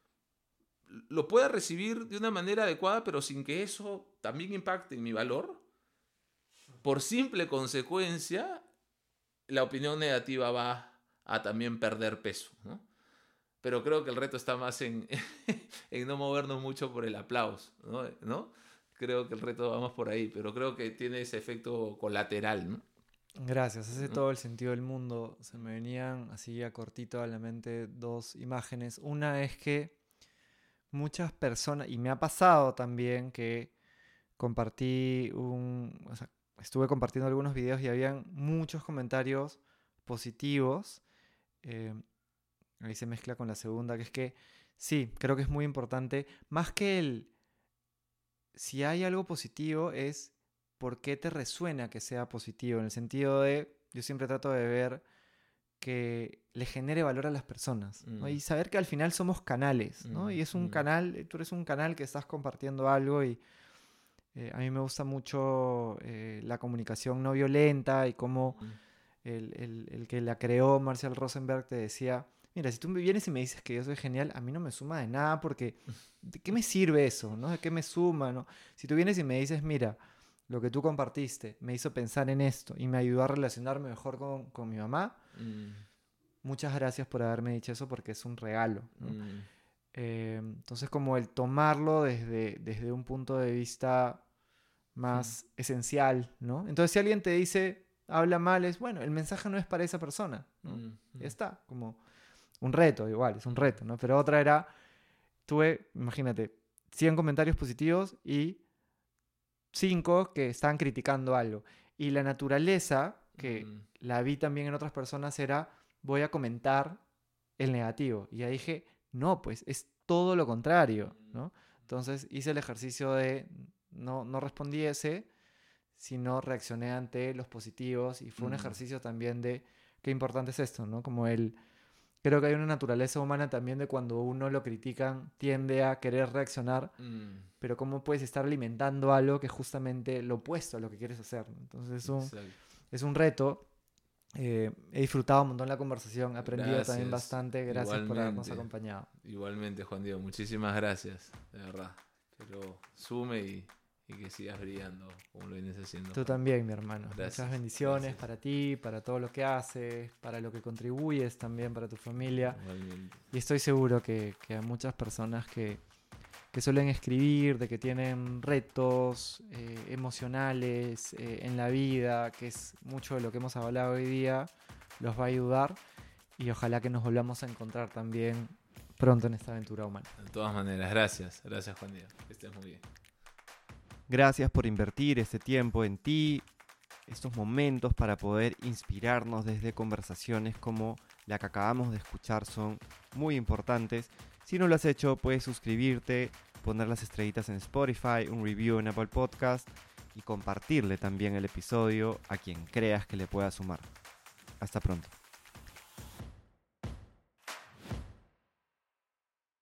lo pueda recibir de una manera adecuada, pero sin que eso también impacte en mi valor, por simple consecuencia, la opinión negativa va a también perder peso, ¿no? Pero creo que el reto está más en no movernos mucho por el aplauso, ¿no? Creo que el reto va más por ahí, pero creo que tiene ese efecto colateral, ¿no? Gracias, hace ¿No? todo el sentido del mundo. Se me venían así a cortito a la mente 2 imágenes. Una es que muchas personas, y me ha pasado también que o sea, estuve compartiendo algunos videos y habían muchos comentarios positivos. eh, Ahí se mezcla con la segunda, que es que sí, creo que es muy importante. Más que si hay algo positivo, es por qué te resuena que sea positivo. En el sentido de, yo siempre trato de ver que le genere valor a las personas, ¿no? Y saber que al final somos canales, ¿no? Y es un canal, tú eres un canal que estás compartiendo algo y a mí me gusta mucho la comunicación no violenta y cómo el que la creó, Marshall Rosenberg, te decía, mira, si tú me vienes y me dices que yo soy genial, a mí no me suma de nada porque ¿de qué me sirve eso? ¿No? ¿De qué me suma? ¿No? Si tú vienes y me dices, mira, lo que tú compartiste me hizo pensar en esto y me ayudó a relacionarme mejor con mi mamá, muchas gracias por haberme dicho eso porque es un regalo, ¿no? Entonces como el tomarlo desde un punto de vista más esencial, ¿no? Entonces si alguien te dice, habla mal, es bueno, el mensaje no es para esa persona, ¿no? Ya está, como un reto, igual, es un reto, ¿no? Pero otra era, tuve, imagínate, 100 comentarios positivos y 5 que estaban criticando algo. Y la naturaleza, que la vi también en otras personas, era, voy a comentar el negativo. Y ya dije, no, pues es todo lo contrario, ¿no? Entonces hice el ejercicio de no respondiese, sino reaccioné ante los positivos y fue un ejercicio también de qué importante es esto, ¿no? Como creo que hay una naturaleza humana también de cuando uno lo critican tiende a querer reaccionar, pero cómo puedes estar alimentando algo que es justamente lo opuesto a lo que quieres hacer, ¿no? Entonces es un reto. He disfrutado un montón la conversación, he aprendido también bastante. Gracias por habernos acompañado. Igualmente, Juan Diego, muchísimas gracias, de verdad. Pero sume y que sigas brillando como lo vienes haciendo. Tú también, mi hermano. Gracias. Muchas bendiciones para ti, para todo lo que haces, para lo que contribuyes también, para tu familia. Igualmente. Y estoy seguro que a muchas personas que suelen escribir, de que tienen retos emocionales en la vida, que es mucho de lo que hemos hablado hoy día, los va a ayudar. Y ojalá que nos volvamos a encontrar también pronto en esta aventura humana. De todas maneras, gracias. Gracias, Juan Diego. Que estés muy bien. Gracias por invertir este tiempo en ti, estos momentos para poder inspirarnos desde conversaciones como la que acabamos de escuchar son muy importantes. Si no lo has hecho, puedes suscribirte, poner las estrellitas en Spotify, un review en Apple Podcast y compartirle también el episodio a quien creas que le pueda sumar. Hasta pronto.